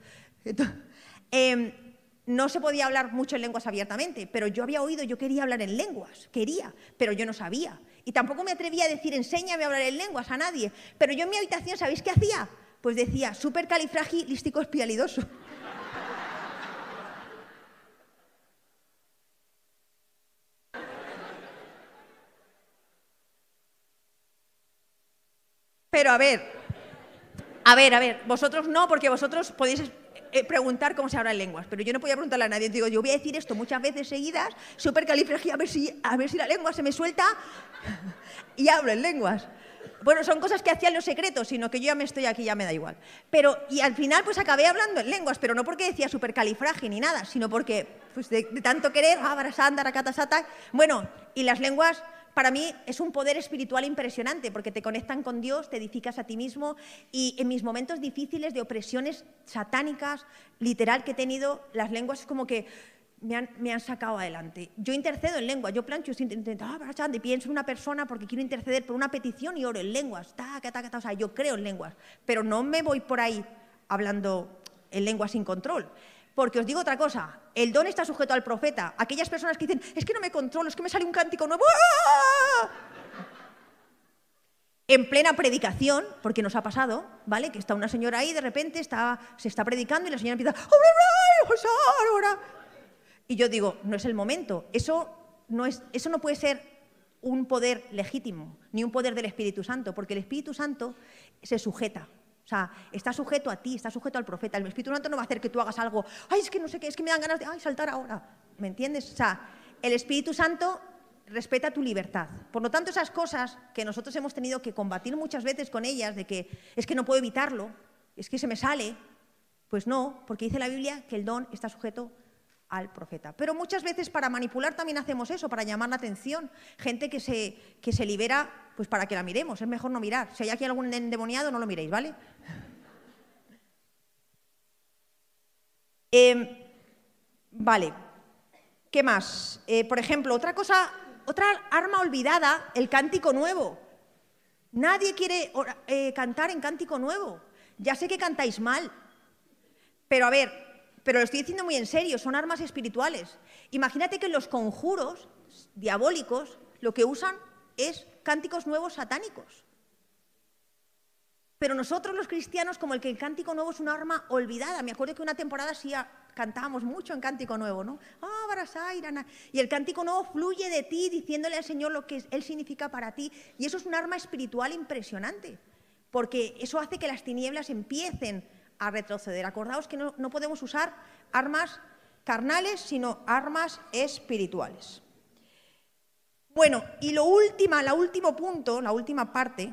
no se podía hablar mucho en lenguas abiertamente, pero yo quería hablar en lenguas, pero yo no sabía. Y tampoco me atrevía a decir, enséñame a hablar en lenguas a nadie. Pero yo en mi habitación, ¿sabéis qué hacía? Pues decía supercalifragilisticoespialidoso. Pero a ver, vosotros no, porque vosotros podéis preguntar cómo se habla en lenguas, pero yo no podía preguntarle a nadie. Digo, yo voy a decir esto muchas veces seguidas, supercalifragia, a ver si la lengua se me suelta y hablo en lenguas. Bueno, son cosas que hacían los secretos, sino que yo ya me estoy aquí, ya me da igual. Pero, y al final pues acabé hablando en lenguas, pero no porque decía supercalifragi ni nada, sino porque pues, de tanto querer, bueno, y las lenguas para mí es un poder espiritual impresionante, porque te conectan con Dios, te edificas a ti mismo, y en mis momentos difíciles de opresiones satánicas, literal, que he tenido, las lenguas es como que me han sacado adelante. Yo intercedo en lengua, yo plancho, y pienso en una persona porque quiero interceder por una petición y oro en lenguas, o sea, yo creo en lenguas, pero no me voy por ahí hablando en lenguas sin control. Porque os digo otra cosa, el don está sujeto al profeta. Aquellas personas que dicen, es que no me controlo, es que me sale un cántico nuevo. ¡Ah! En plena predicación, porque nos ha pasado, ¿vale? Que está una señora ahí, de repente se está predicando y la señora empieza... Y yo digo, no es el momento. Eso no puede ser un poder legítimo, ni un poder del Espíritu Santo, porque el Espíritu Santo se sujeta. O sea, está sujeto a ti, está sujeto al profeta. El Espíritu Santo no va a hacer que tú hagas algo, ay, es que no sé qué, es que me dan ganas de, ay, saltar ahora. ¿Me entiendes? O sea, el Espíritu Santo respeta tu libertad. Por lo tanto, esas cosas que nosotros hemos tenido que combatir muchas veces con ellas, de que es que no puedo evitarlo, es que se me sale, pues no, porque dice la Biblia que el don está sujeto al profeta. Pero muchas veces para manipular también hacemos eso, para llamar la atención. Gente que se libera, pues para que la miremos, es mejor no mirar. Si hay aquí algún endemoniado, no lo miréis, ¿vale? Vale, ¿qué más? Por ejemplo, otra arma olvidada, el cántico nuevo. Nadie quiere cantar en cántico nuevo. Ya sé que cantáis mal, pero a ver, pero lo estoy diciendo muy en serio, son armas espirituales. Imagínate que los conjuros diabólicos lo que usan es cánticos nuevos satánicos. Pero nosotros los cristianos, como el cántico nuevo es un arma olvidada. Me acuerdo que una temporada sí cantábamos mucho en cántico nuevo, ¿no? Y el cántico nuevo fluye de ti diciéndole al Señor lo que Él significa para ti. Y eso es un arma espiritual impresionante, porque eso hace que las tinieblas empiecen a retroceder. Acordaos que no podemos usar armas carnales, sino armas espirituales. Bueno, y la última parte,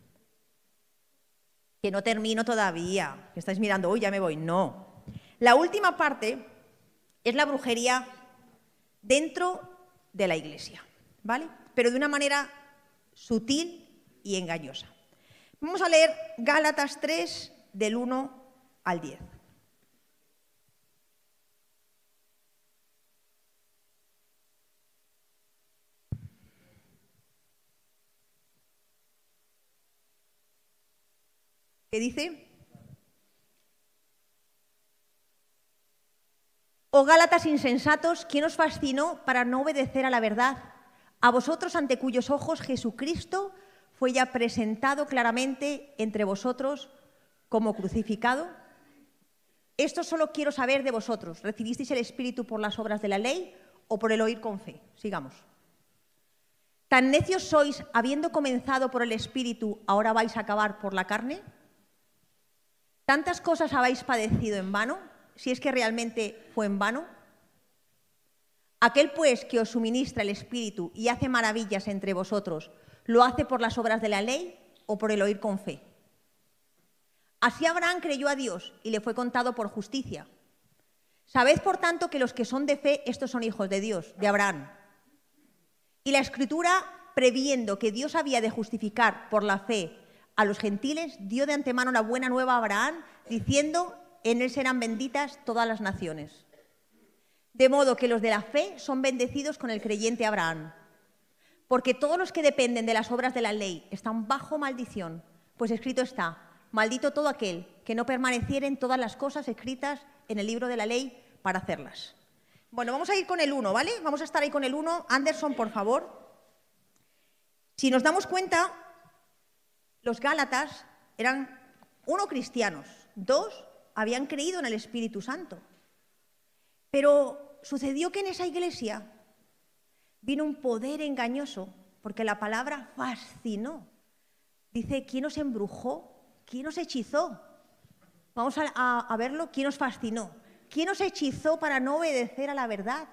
que no termino todavía, que estáis mirando, uy, ya me voy, no. La última parte es la brujería dentro de la iglesia, ¿vale? Pero de una manera sutil y engañosa. Vamos a leer Gálatas 3, del 1 al 10. ¿Qué dice? Oh Gálatas insensatos, ¿quién os fascinó para no obedecer a la verdad? A vosotros ante cuyos ojos Jesucristo fue ya presentado claramente entre vosotros como crucificado. Esto solo quiero saber de vosotros. ¿Recibisteis el Espíritu por las obras de la ley o por el oír con fe? Sigamos. ¿Tan necios sois, habiendo comenzado por el Espíritu, ahora vais a acabar por la carne? ¿Tantas cosas habéis padecido en vano, si es que realmente fue en vano? Aquel pues que os suministra el Espíritu y hace maravillas entre vosotros, ¿lo hace por las obras de la ley o por el oír con fe? Así Abraham creyó a Dios y le fue contado por justicia. Sabed, por tanto, que los que son de fe, estos son hijos de Dios, de Abraham. Y la Escritura, previendo que Dios había de justificar por la fe a los gentiles, dio de antemano la buena nueva a Abraham, diciendo, en él serán benditas todas las naciones. De modo que los de la fe son bendecidos con el creyente Abraham. Porque todos los que dependen de las obras de la ley están bajo maldición, pues escrito está, maldito todo aquel que no permaneciera en todas las cosas escritas en el libro de la ley para hacerlas. Bueno, vamos a ir con el 1, ¿vale? Vamos a estar ahí con el 1. Anderson, por favor. Si nos damos cuenta, los Gálatas eran 1, cristianos, 2, habían creído en el Espíritu Santo. Pero sucedió que en esa iglesia vino un poder engañoso, porque la palabra fascinó. Dice, ¿quién os embrujó? ¿Quién os hechizó? Vamos a verlo, ¿quién os fascinó? ¿Quién os hechizó para no obedecer a la verdad?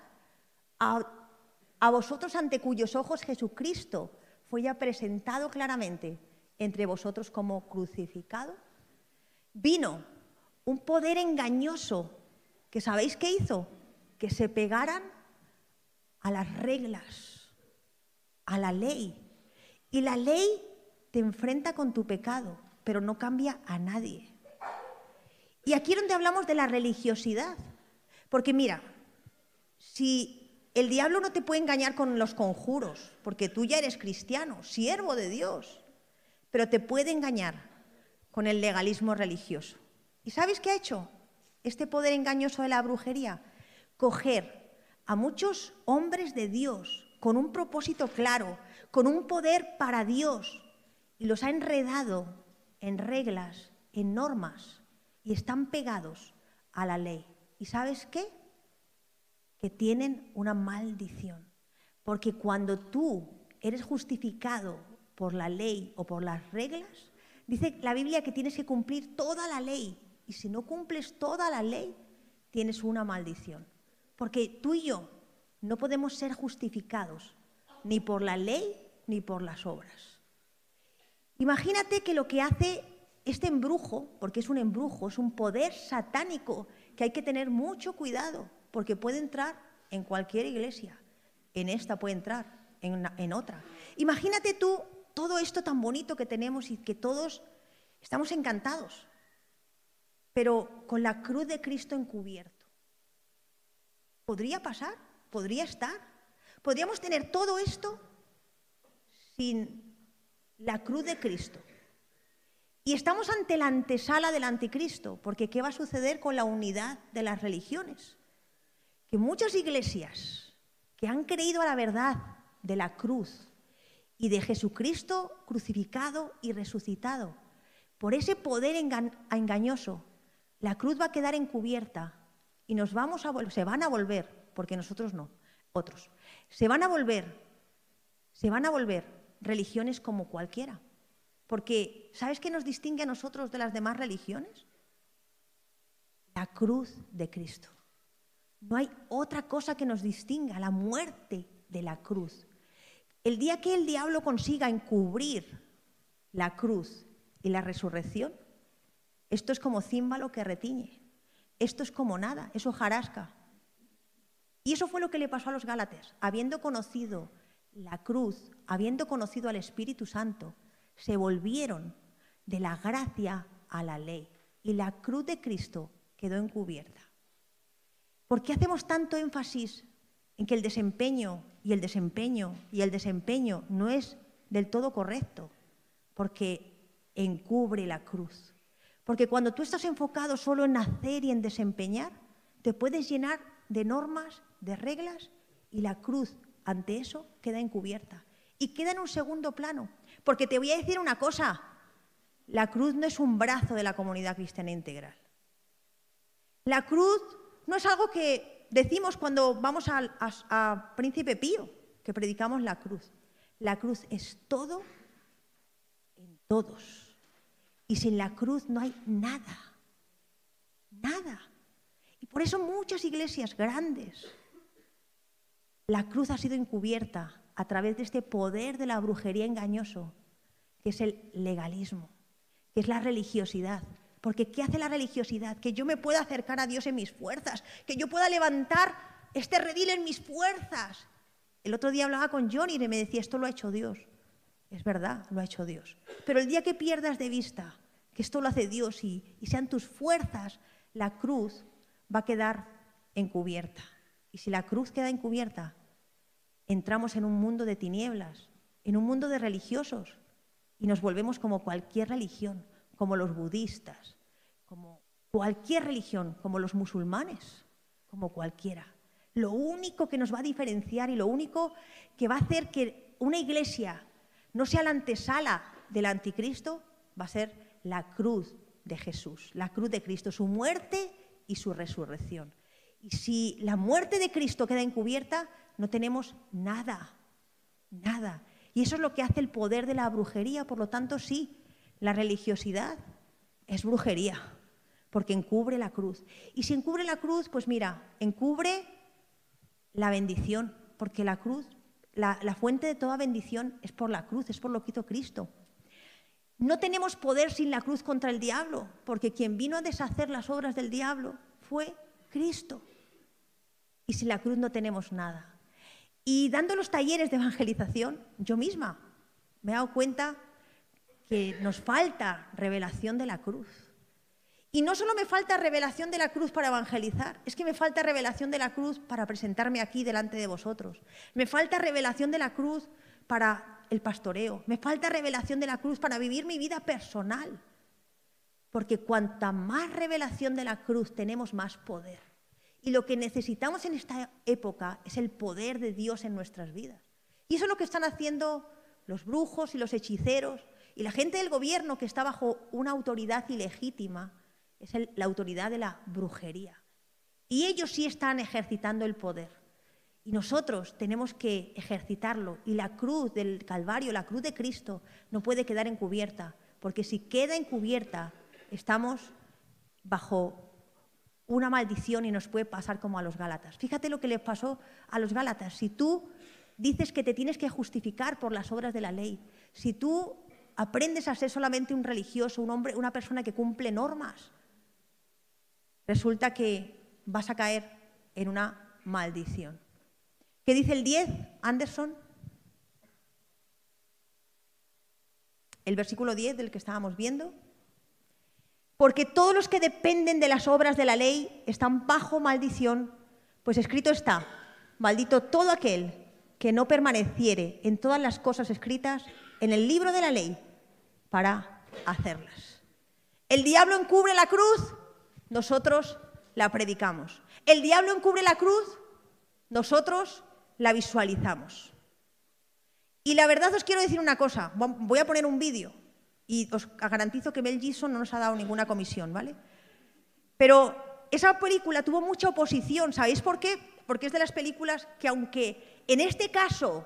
A vosotros ante cuyos ojos Jesucristo fue ya presentado claramente entre vosotros como crucificado. Vino un poder engañoso que ¿sabéis qué hizo? Que se pegaran a las reglas, a la ley. Y la ley te enfrenta con tu pecado, pero no cambia a nadie. Y aquí es donde hablamos de la religiosidad. Porque mira, si el diablo no te puede engañar con los conjuros, porque tú ya eres cristiano, siervo de Dios, pero te puede engañar con el legalismo religioso. ¿Y sabes qué ha hecho este poder engañoso de la brujería? Coger a muchos hombres de Dios con un propósito claro, con un poder para Dios, y los ha enredado en reglas, en normas, y están pegados a la ley. ¿Y sabes qué? Que tienen una maldición. Porque cuando tú eres justificado por la ley o por las reglas, dice la Biblia que tienes que cumplir toda la ley. Y si no cumples toda la ley, tienes una maldición. Porque tú y yo no podemos ser justificados ni por la ley ni por las obras. Imagínate que lo que hace este embrujo, porque es un embrujo, es un poder satánico que hay que tener mucho cuidado, porque puede entrar en cualquier iglesia. En esta puede entrar, en otra. Imagínate tú todo esto tan bonito que tenemos y que todos estamos encantados, pero con la cruz de Cristo encubierto. ¿Podría pasar? ¿Podría estar? ¿Podríamos tener todo esto sin la cruz de Cristo? Y estamos ante la antesala del anticristo, porque ¿qué va a suceder con la unidad de las religiones? Que muchas iglesias que han creído a la verdad de la cruz y de Jesucristo crucificado y resucitado, por ese poder engañoso, la cruz va a quedar encubierta y se van a volver, porque nosotros no, otros, se van a volver religiones como cualquiera. Porque, ¿sabes qué nos distingue a nosotros de las demás religiones? La cruz de Cristo. No hay otra cosa que nos distinga, la muerte de la cruz. El día que el diablo consiga encubrir la cruz y la resurrección, esto es como címbalo que retiñe. Esto es como nada, es hojarasca. Y eso fue lo que le pasó a los Gálatas. Habiendo conocido la cruz, habiendo conocido al Espíritu Santo, se volvieron de la gracia a la ley. Y la cruz de Cristo quedó encubierta. ¿Por qué hacemos tanto énfasis en que el desempeño y el desempeño y el desempeño no es del todo correcto? Porque encubre la cruz. Porque cuando tú estás enfocado solo en hacer y en desempeñar, te puedes llenar de normas, de reglas, y la cruz ante eso queda encubierta. Y queda en un segundo plano. Porque te voy a decir una cosa, la cruz no es un brazo de la comunidad cristiana integral. La cruz no es algo que decimos cuando vamos a Príncipe Pío, que predicamos la cruz. La cruz es todo en todos. Y sin la cruz no hay nada. Nada. Y por eso muchas iglesias grandes, la cruz ha sido encubierta a través de este poder de la brujería engañoso, que es el legalismo, que es la religiosidad. Porque ¿qué hace la religiosidad? Que yo me pueda acercar a Dios en mis fuerzas, que yo pueda levantar este redil en mis fuerzas. El otro día hablaba con Johnny y me decía, esto lo ha hecho Dios. Es verdad, lo ha hecho Dios. Pero el día que pierdas de vista que esto lo hace Dios y sean tus fuerzas, la cruz va a quedar encubierta. Y si la cruz queda encubierta, entramos en un mundo de tinieblas, en un mundo de religiosos, y nos volvemos como cualquier religión, como los budistas, como cualquier religión, como los musulmanes, como cualquiera. Lo único que nos va a diferenciar y lo único que va a hacer que una iglesia no sea la antesala del anticristo va a ser la cruz de Jesús, la cruz de Cristo, su muerte y su resurrección. Y si la muerte de Cristo queda encubierta, no tenemos nada, nada. Y eso es lo que hace el poder de la brujería. Por lo tanto, sí, la religiosidad es brujería, porque encubre la cruz. Y si encubre la cruz, pues mira, encubre la bendición, porque la cruz, la fuente de toda bendición es por la cruz, es por lo que hizo Cristo. No tenemos poder sin la cruz contra el diablo, porque quien vino a deshacer las obras del diablo fue Cristo. Y sin la cruz no tenemos nada. Y dando los talleres de evangelización, yo misma me he dado cuenta que nos falta revelación de la cruz. Y no solo me falta revelación de la cruz para evangelizar, es que me falta revelación de la cruz para presentarme aquí delante de vosotros. Me falta revelación de la cruz para el pastoreo. Me falta revelación de la cruz para vivir mi vida personal. Porque cuanta más revelación de la cruz tenemos, más poder. Y lo que necesitamos en esta época es el poder de Dios en nuestras vidas. Y eso es lo que están haciendo los brujos y los hechiceros y la gente del gobierno que está bajo una autoridad ilegítima. Es la autoridad de la brujería. Y ellos sí están ejercitando el poder. Y nosotros tenemos que ejercitarlo. Y la cruz del Calvario, la cruz de Cristo, no puede quedar encubierta. Porque si queda encubierta, estamos bajo una maldición y nos puede pasar como a los Gálatas. Fíjate lo que les pasó a los Gálatas. Si tú dices que te tienes que justificar por las obras de la ley, si tú aprendes a ser solamente un religioso, un hombre, una persona que cumple normas, resulta que vas a caer en una maldición. ¿Qué dice el 10, Anderson? El versículo 10 del que estábamos viendo. Porque todos los que dependen de las obras de la ley están bajo maldición, pues escrito está, maldito todo aquel que no permaneciere en todas las cosas escritas en el libro de la ley para hacerlas. El diablo encubre la cruz, nosotros la predicamos. El diablo encubre la cruz, nosotros la visualizamos. Y la verdad os quiero decir una cosa, voy a poner un vídeo y os garantizo que Mel Gibson no nos ha dado ninguna comisión, ¿vale? Pero esa película tuvo mucha oposición, ¿sabéis por qué? Porque es de las películas que aunque en este caso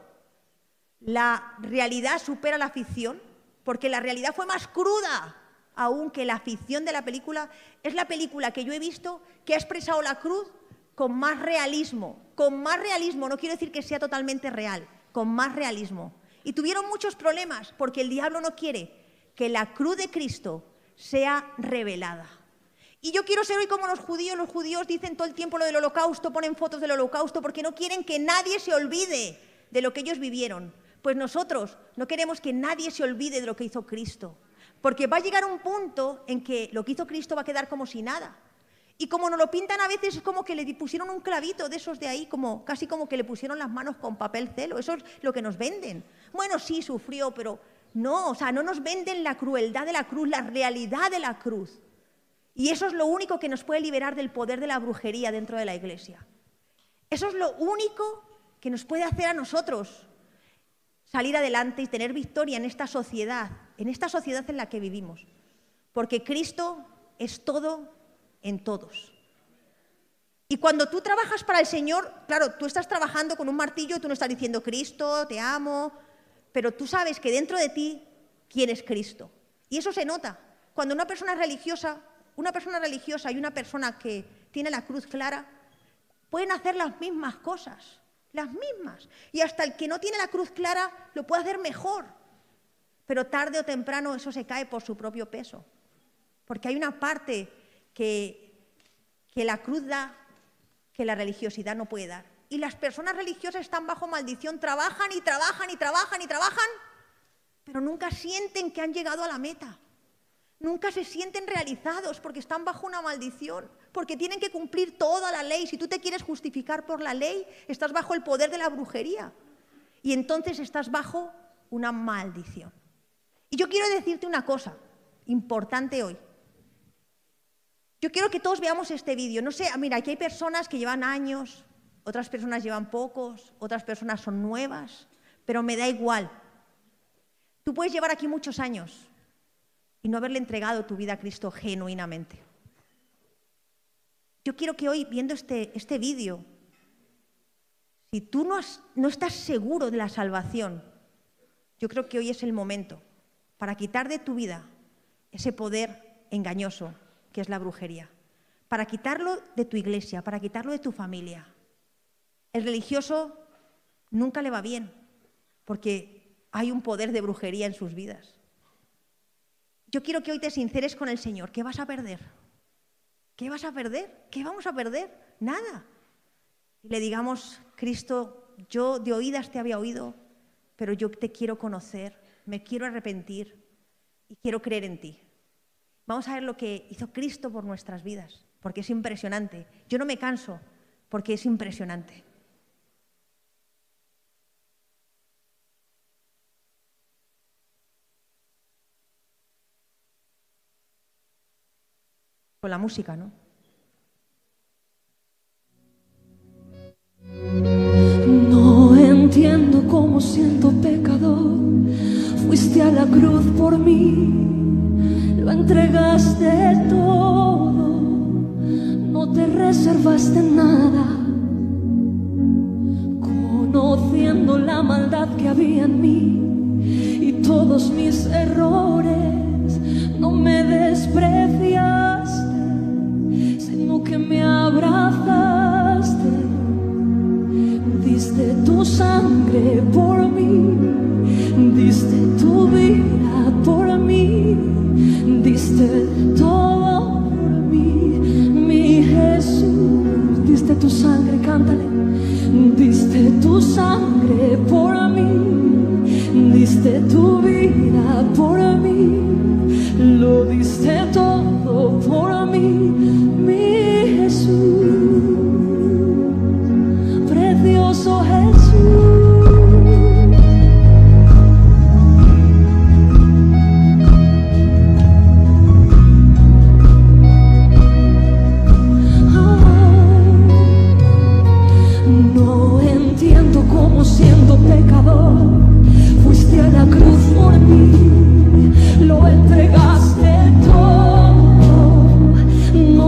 la realidad supera la ficción, porque la realidad fue más cruda aún que la ficción de la película, es la película que yo he visto que ha expresado la cruz con más realismo, no quiero decir que sea totalmente real, con más realismo. Y tuvieron muchos problemas porque el diablo no quiere que la cruz de Cristo sea revelada. Y yo quiero ser hoy como los judíos dicen todo el tiempo lo del holocausto, ponen fotos del holocausto porque no quieren que nadie se olvide de lo que ellos vivieron. Pues nosotros no queremos que nadie se olvide de lo que hizo Cristo. Porque va a llegar un punto en que lo que hizo Cristo va a quedar como si nada. Y como nos lo pintan a veces, es como que le pusieron un clavito de esos de ahí, casi como que le pusieron las manos con papel celo. Eso es lo que nos venden. Bueno, sí, sufrió, pero no, o sea, no nos venden la crueldad de la cruz, la realidad de la cruz. Y eso es lo único que nos puede liberar del poder de la brujería dentro de la iglesia. Eso es lo único que nos puede hacer a nosotros salir adelante y tener victoria en esta sociedad en la que vivimos. Porque Cristo es todo en todos. Y cuando tú trabajas para el Señor, claro, tú estás trabajando con un martillo, tú no estás diciendo Cristo, te amo, pero tú sabes que dentro de ti, ¿quién es Cristo? Y eso se nota. Cuando una persona religiosa y una persona que tiene la cruz clara, pueden hacer las mismas cosas, las mismas. Y hasta el que no tiene la cruz clara lo puede hacer mejor. Pero tarde o temprano eso se cae por su propio peso. Porque hay una parte que la cruz da que la religiosidad no puede dar. Y las personas religiosas están bajo maldición, trabajan, pero nunca sienten que han llegado a la meta. Nunca se sienten realizados porque están bajo una maldición, porque tienen que cumplir toda la ley. Si tú te quieres justificar por la ley, estás bajo el poder de la brujería. Y entonces estás bajo una maldición. Y yo quiero decirte una cosa importante hoy. Yo quiero que todos veamos este vídeo. No sé, mira, aquí hay personas que llevan años, otras personas llevan pocos, otras personas son nuevas, pero me da igual. Tú puedes llevar aquí muchos años, y no haberle entregado tu vida a Cristo genuinamente. Yo quiero que hoy, viendo este vídeo, si tú no estás seguro de la salvación, yo creo que hoy es el momento para quitar de tu vida ese poder engañoso que es la brujería, para quitarlo de tu iglesia, para quitarlo de tu familia. El religioso nunca le va bien, porque hay un poder de brujería en sus vidas. Yo quiero que hoy te sinceres con el Señor. ¿Qué vas a perder? ¿Qué vas a perder? ¿Qué vamos a perder? Nada. Y le digamos, Cristo, yo de oídas te había oído, pero yo te quiero conocer, me quiero arrepentir y quiero creer en ti. Vamos a ver lo que hizo Cristo por nuestras vidas, porque es impresionante. Yo no me canso, porque es impresionante. Con la música, ¿no? No entiendo cómo siento pecador. Fuiste a la cruz por mí, lo entregaste todo, no te reservaste nada. Conociendo la maldad que había en mí y todos mis errores, no me despreciaste, sino que me abrazaste. Diste tu sangre por mí, diste tu vida por mí, diste todo por mí, mi Jesús. Diste tu sangre, cántale. Diste tu sangre por mí, diste tu vida por mí, lo diste todo por mí, mi Jesús, precioso Jesús. No entiendo cómo siendo pecador fuiste a la cruz por mí, lo entregaste todo,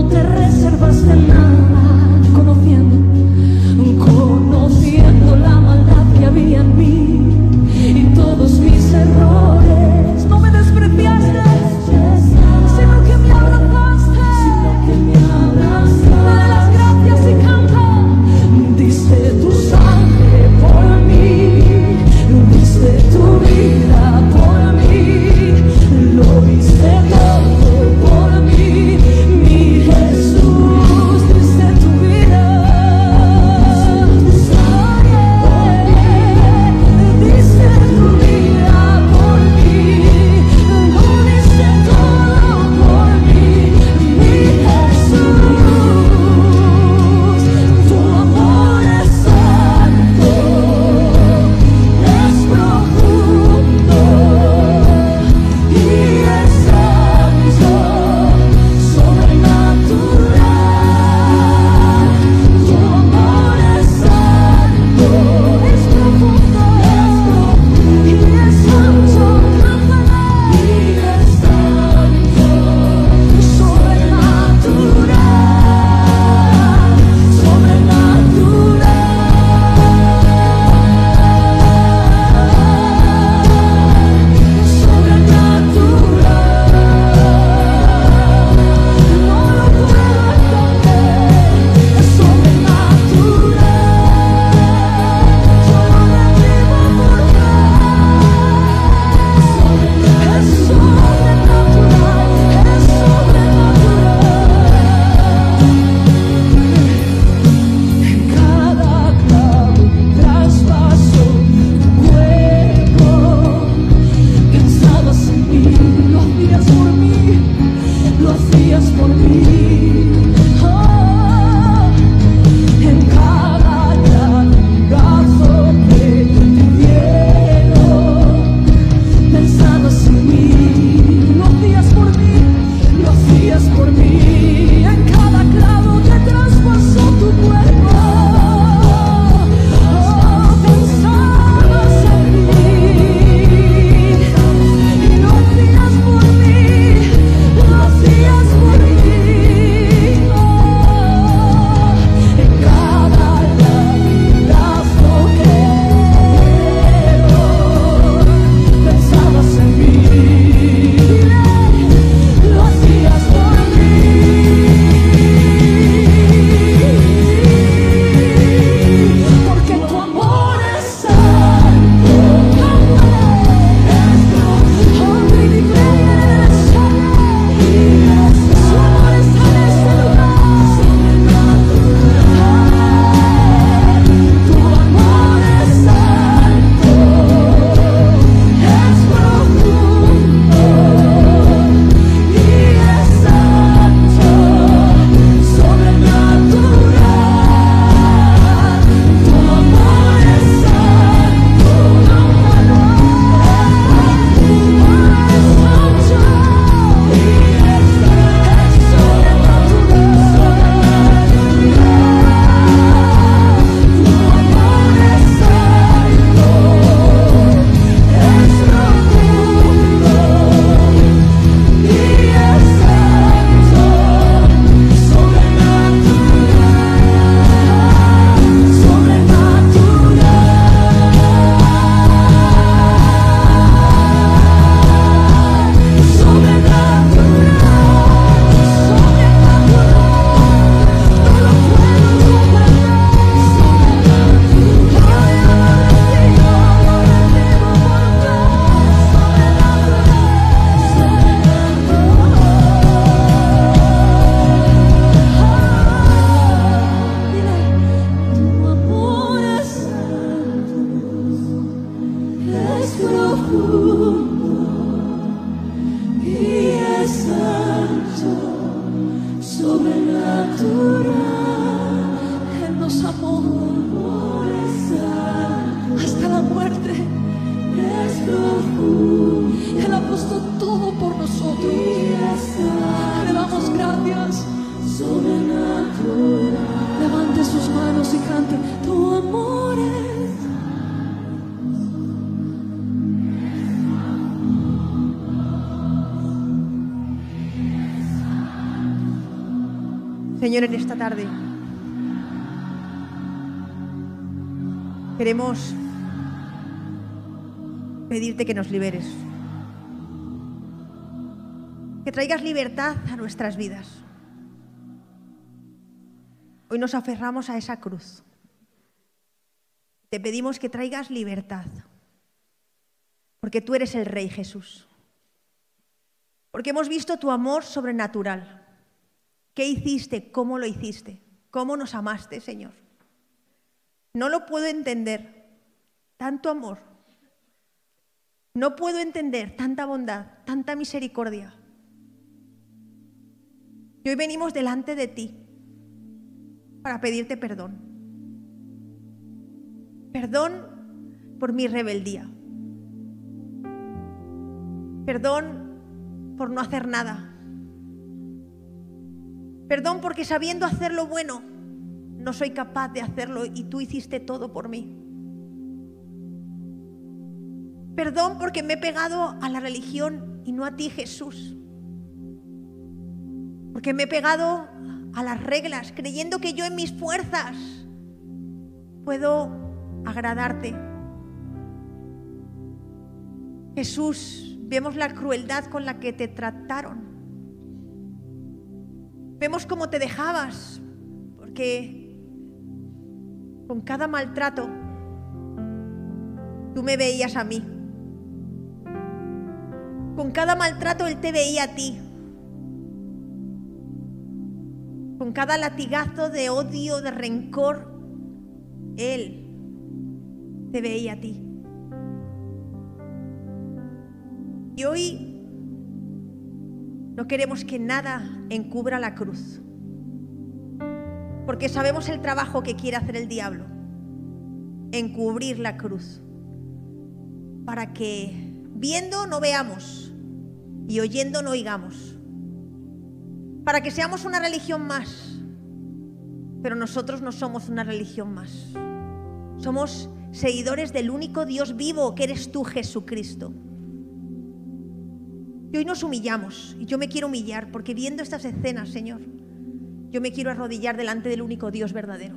Señor, en esta tarde queremos pedirte que nos liberes, que traigas libertad a nuestras vidas. Hoy nos aferramos a esa cruz. Te pedimos que traigas libertad, porque tú eres el Rey, Jesús. Porque hemos visto tu amor sobrenatural. ¿Qué hiciste? ¿Cómo lo hiciste? ¿Cómo nos amaste, Señor? No lo puedo entender, tanto amor. No puedo entender tanta bondad, tanta misericordia. Y hoy venimos delante de ti para pedirte perdón. Perdón por mi rebeldía. Perdón por no hacer nada. Perdón porque sabiendo hacer lo bueno, no soy capaz de hacerlo y tú hiciste todo por mí. Perdón porque me he pegado a la religión y no a ti, Jesús. Porque me he pegado a las reglas, creyendo que yo en mis fuerzas puedo agradarte. Jesús, vemos la crueldad con la que te trataron. Vemos cómo te dejabas, porque con cada maltrato tú me veías a mí. Con cada maltrato Él te veía a ti. Con cada latigazo de odio, de rencor, Él te veía a ti. Y hoy no queremos que nada encubra la cruz, porque sabemos el trabajo que quiere hacer el diablo, encubrir la cruz, para que viendo no veamos y oyendo no oigamos, para que seamos una religión más. Pero nosotros no somos una religión más. Somos seguidores del único Dios vivo, que eres tú, Jesucristo. Y hoy nos humillamos, y yo me quiero humillar, porque viendo estas escenas, Señor, yo me quiero arrodillar delante del único Dios verdadero.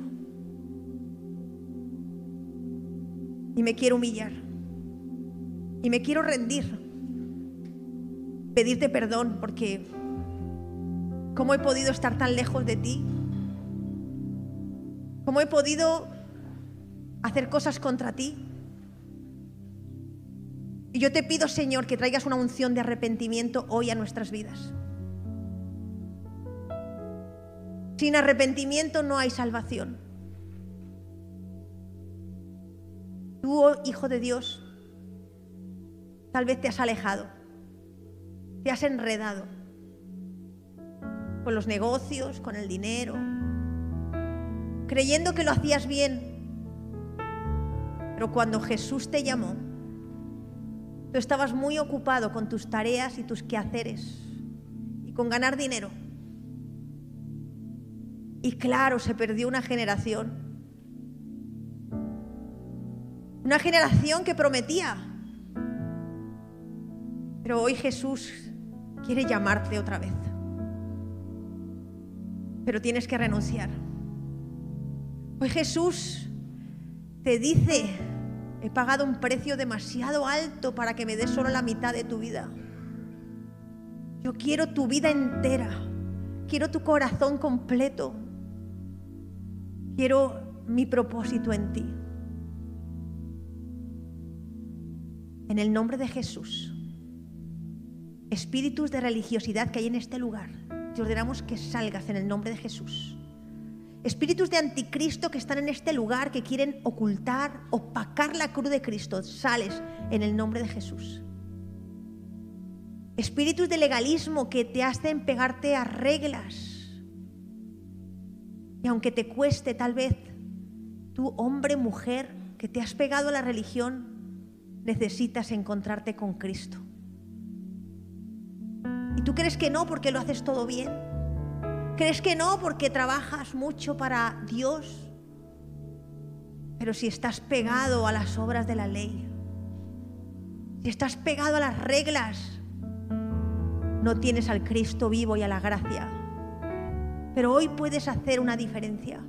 Y me quiero humillar. Y me quiero rendir. Pedirte perdón, porque ¿cómo he podido estar tan lejos de ti? ¿Cómo he podido hacer cosas contra ti? Y yo te pido, Señor, que traigas una unción de arrepentimiento hoy a nuestras vidas. Sin arrepentimiento no hay salvación. Tú, oh Hijo de Dios, tal vez te has alejado, te has enredado con los negocios, con el dinero, creyendo que lo hacías bien. Pero cuando Jesús te llamó, tú estabas muy ocupado con tus tareas y tus quehaceres y con ganar dinero. Y claro, se perdió una generación. Una generación que prometía. Pero hoy Jesús quiere llamarte otra vez. Pero tienes que renunciar. Hoy Jesús te dice: he pagado un precio demasiado alto para que me des solo la mitad de tu vida. Yo quiero tu vida entera. Quiero tu corazón completo. Quiero mi propósito en ti. En el nombre de Jesús, espíritus de religiosidad que hay en este lugar, te ordenamos que salgas en el nombre de Jesús. Espíritus de anticristo que están en este lugar, que quieren ocultar, opacar la cruz de Cristo, sales en el nombre de Jesús. Espíritus de legalismo que te hacen pegarte a reglas. Y aunque te cueste, tal vez, tú, hombre, mujer, que te has pegado a la religión, necesitas encontrarte con Cristo. Y tú crees que no porque lo haces todo bien. ¿Crees que no porque trabajas mucho para Dios? Pero si estás pegado a las obras de la ley, si estás pegado a las reglas, no tienes al Cristo vivo y a la gracia. pero hoy puedes hacer una diferencia.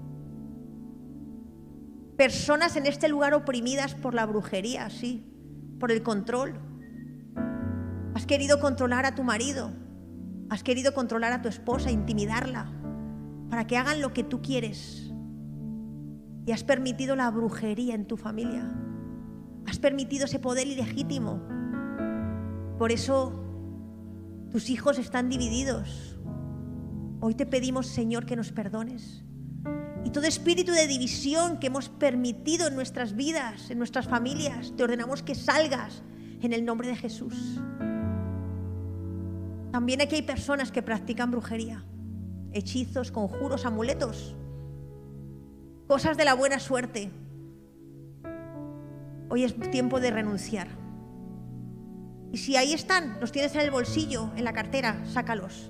Personas en este lugar oprimidas por la brujería, sí, por el control. Has querido controlar a tu marido, has querido controlar a tu esposa, intimidarla, para que hagan lo que tú quieres. Y has permitido la brujería en tu familia. Has permitido ese poder ilegítimo. Por eso tus hijos están divididos. Hoy te pedimos, Señor, que nos perdones. Y todo espíritu de división que hemos permitido en nuestras vidas, en nuestras familias, te ordenamos que salgas en el nombre de Jesús. También aquí hay personas que practican brujería, hechizos, conjuros, amuletos, cosas de la buena suerte. Hoy es tiempo de renunciar. Y si ahí están, los tienes en el bolsillo, en la cartera, sácalos.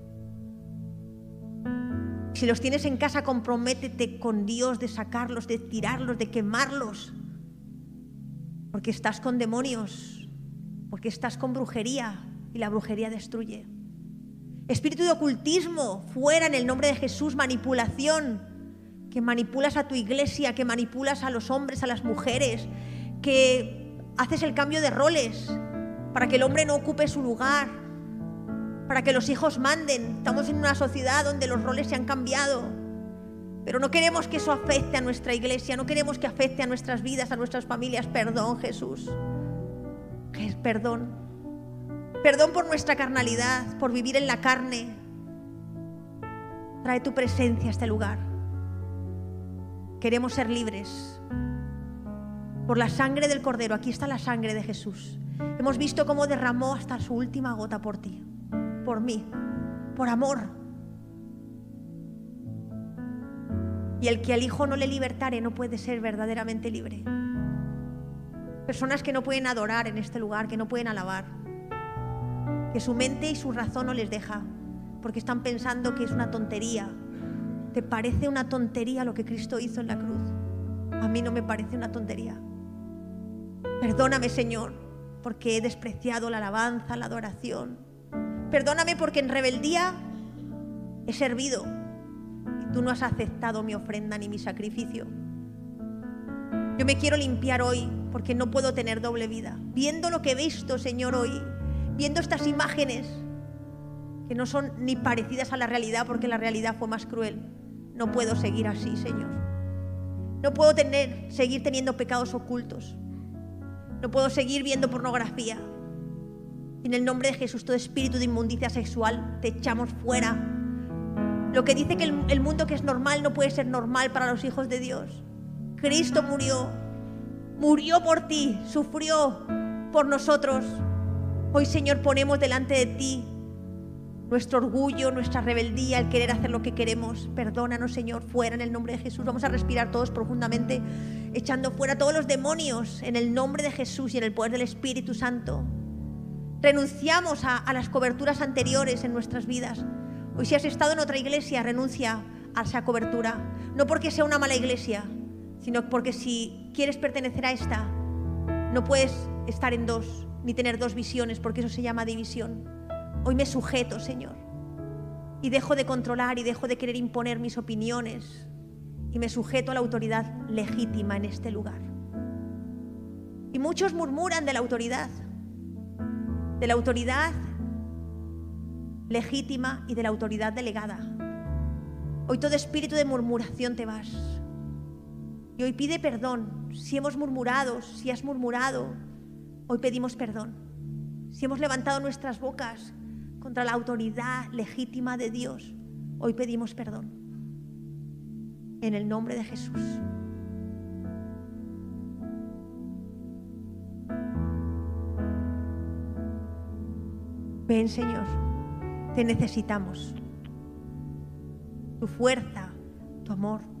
Si los tienes en casa, comprométete con Dios de sacarlos, de tirarlos, de quemarlos. Porque estás con demonios, porque estás con brujería y la brujería destruye. Espíritu de ocultismo, fuera en el nombre de Jesús. Manipulación, que manipulas a tu iglesia, que manipulas a los hombres, a las mujeres, que haces el cambio de roles para que el hombre no ocupe su lugar, para que los hijos manden. Estamos en una sociedad donde los roles se han cambiado, pero no queremos que eso afecte a nuestra iglesia, no queremos que afecte a nuestras vidas, a nuestras familias. Perdón, Jesús. Perdón. Perdón por nuestra carnalidad, por vivir en la carne. Trae tu presencia a este lugar. Queremos ser libres. Por la sangre del Cordero, aquí está la sangre de Jesús. Hemos visto cómo derramó hasta su última gota por ti, por mí, por amor. Y el que al Hijo no le libertare no puede ser verdaderamente libre. Personas que no pueden adorar en este lugar, que no pueden alabar, que su mente y su razón no les deja, porque están pensando que es una tontería. ¿Te parece una tontería lo que Cristo hizo en la cruz? A mí no me parece una tontería. Perdóname, Señor, porque he despreciado la alabanza, la adoración. Perdóname porque en rebeldía he servido y tú no has aceptado mi ofrenda ni mi sacrificio. Yo me quiero limpiar hoy porque no puedo tener doble vida. Viendo lo que he visto, Señor, hoy, viendo estas imágenes que no son ni parecidas a la realidad, porque la realidad fue más cruel, no puedo seguir así, Señor. No puedo seguir teniendo pecados ocultos. No puedo seguir viendo pornografía. En el nombre de Jesús, todo espíritu de inmundicia sexual te echamos fuera. Lo que dice que el mundo que es normal no puede ser normal para los hijos de Dios. Cristo murió por ti, sufrió por nosotros. Hoy, Señor, ponemos delante de ti nuestro orgullo, nuestra rebeldía, el querer hacer lo que queremos. Perdónanos, Señor, fuera en el nombre de Jesús. Vamos a respirar todos profundamente, echando fuera todos los demonios en el nombre de Jesús y en el poder del Espíritu Santo. Renunciamos a las coberturas anteriores en nuestras vidas. Hoy, si has estado en otra iglesia, renuncia a esa cobertura. No porque sea una mala iglesia, sino porque si quieres pertenecer a esta, no puedes estar en dos, ni tener dos visiones, porque eso se llama división. Hoy me sujeto, Señor, y dejo de controlar y dejo de querer imponer mis opiniones y me sujeto a la autoridad legítima en este lugar. Y muchos murmuran de la autoridad legítima y de la autoridad delegada. Hoy todo espíritu de murmuración te vas. Y hoy pide perdón. Si hemos murmurado, si has murmurado, hoy pedimos perdón. Si hemos levantado nuestras bocas contra la autoridad legítima de Dios, hoy pedimos perdón. En el nombre de Jesús. Ven, Señor, te necesitamos. Tu fuerza, tu amor.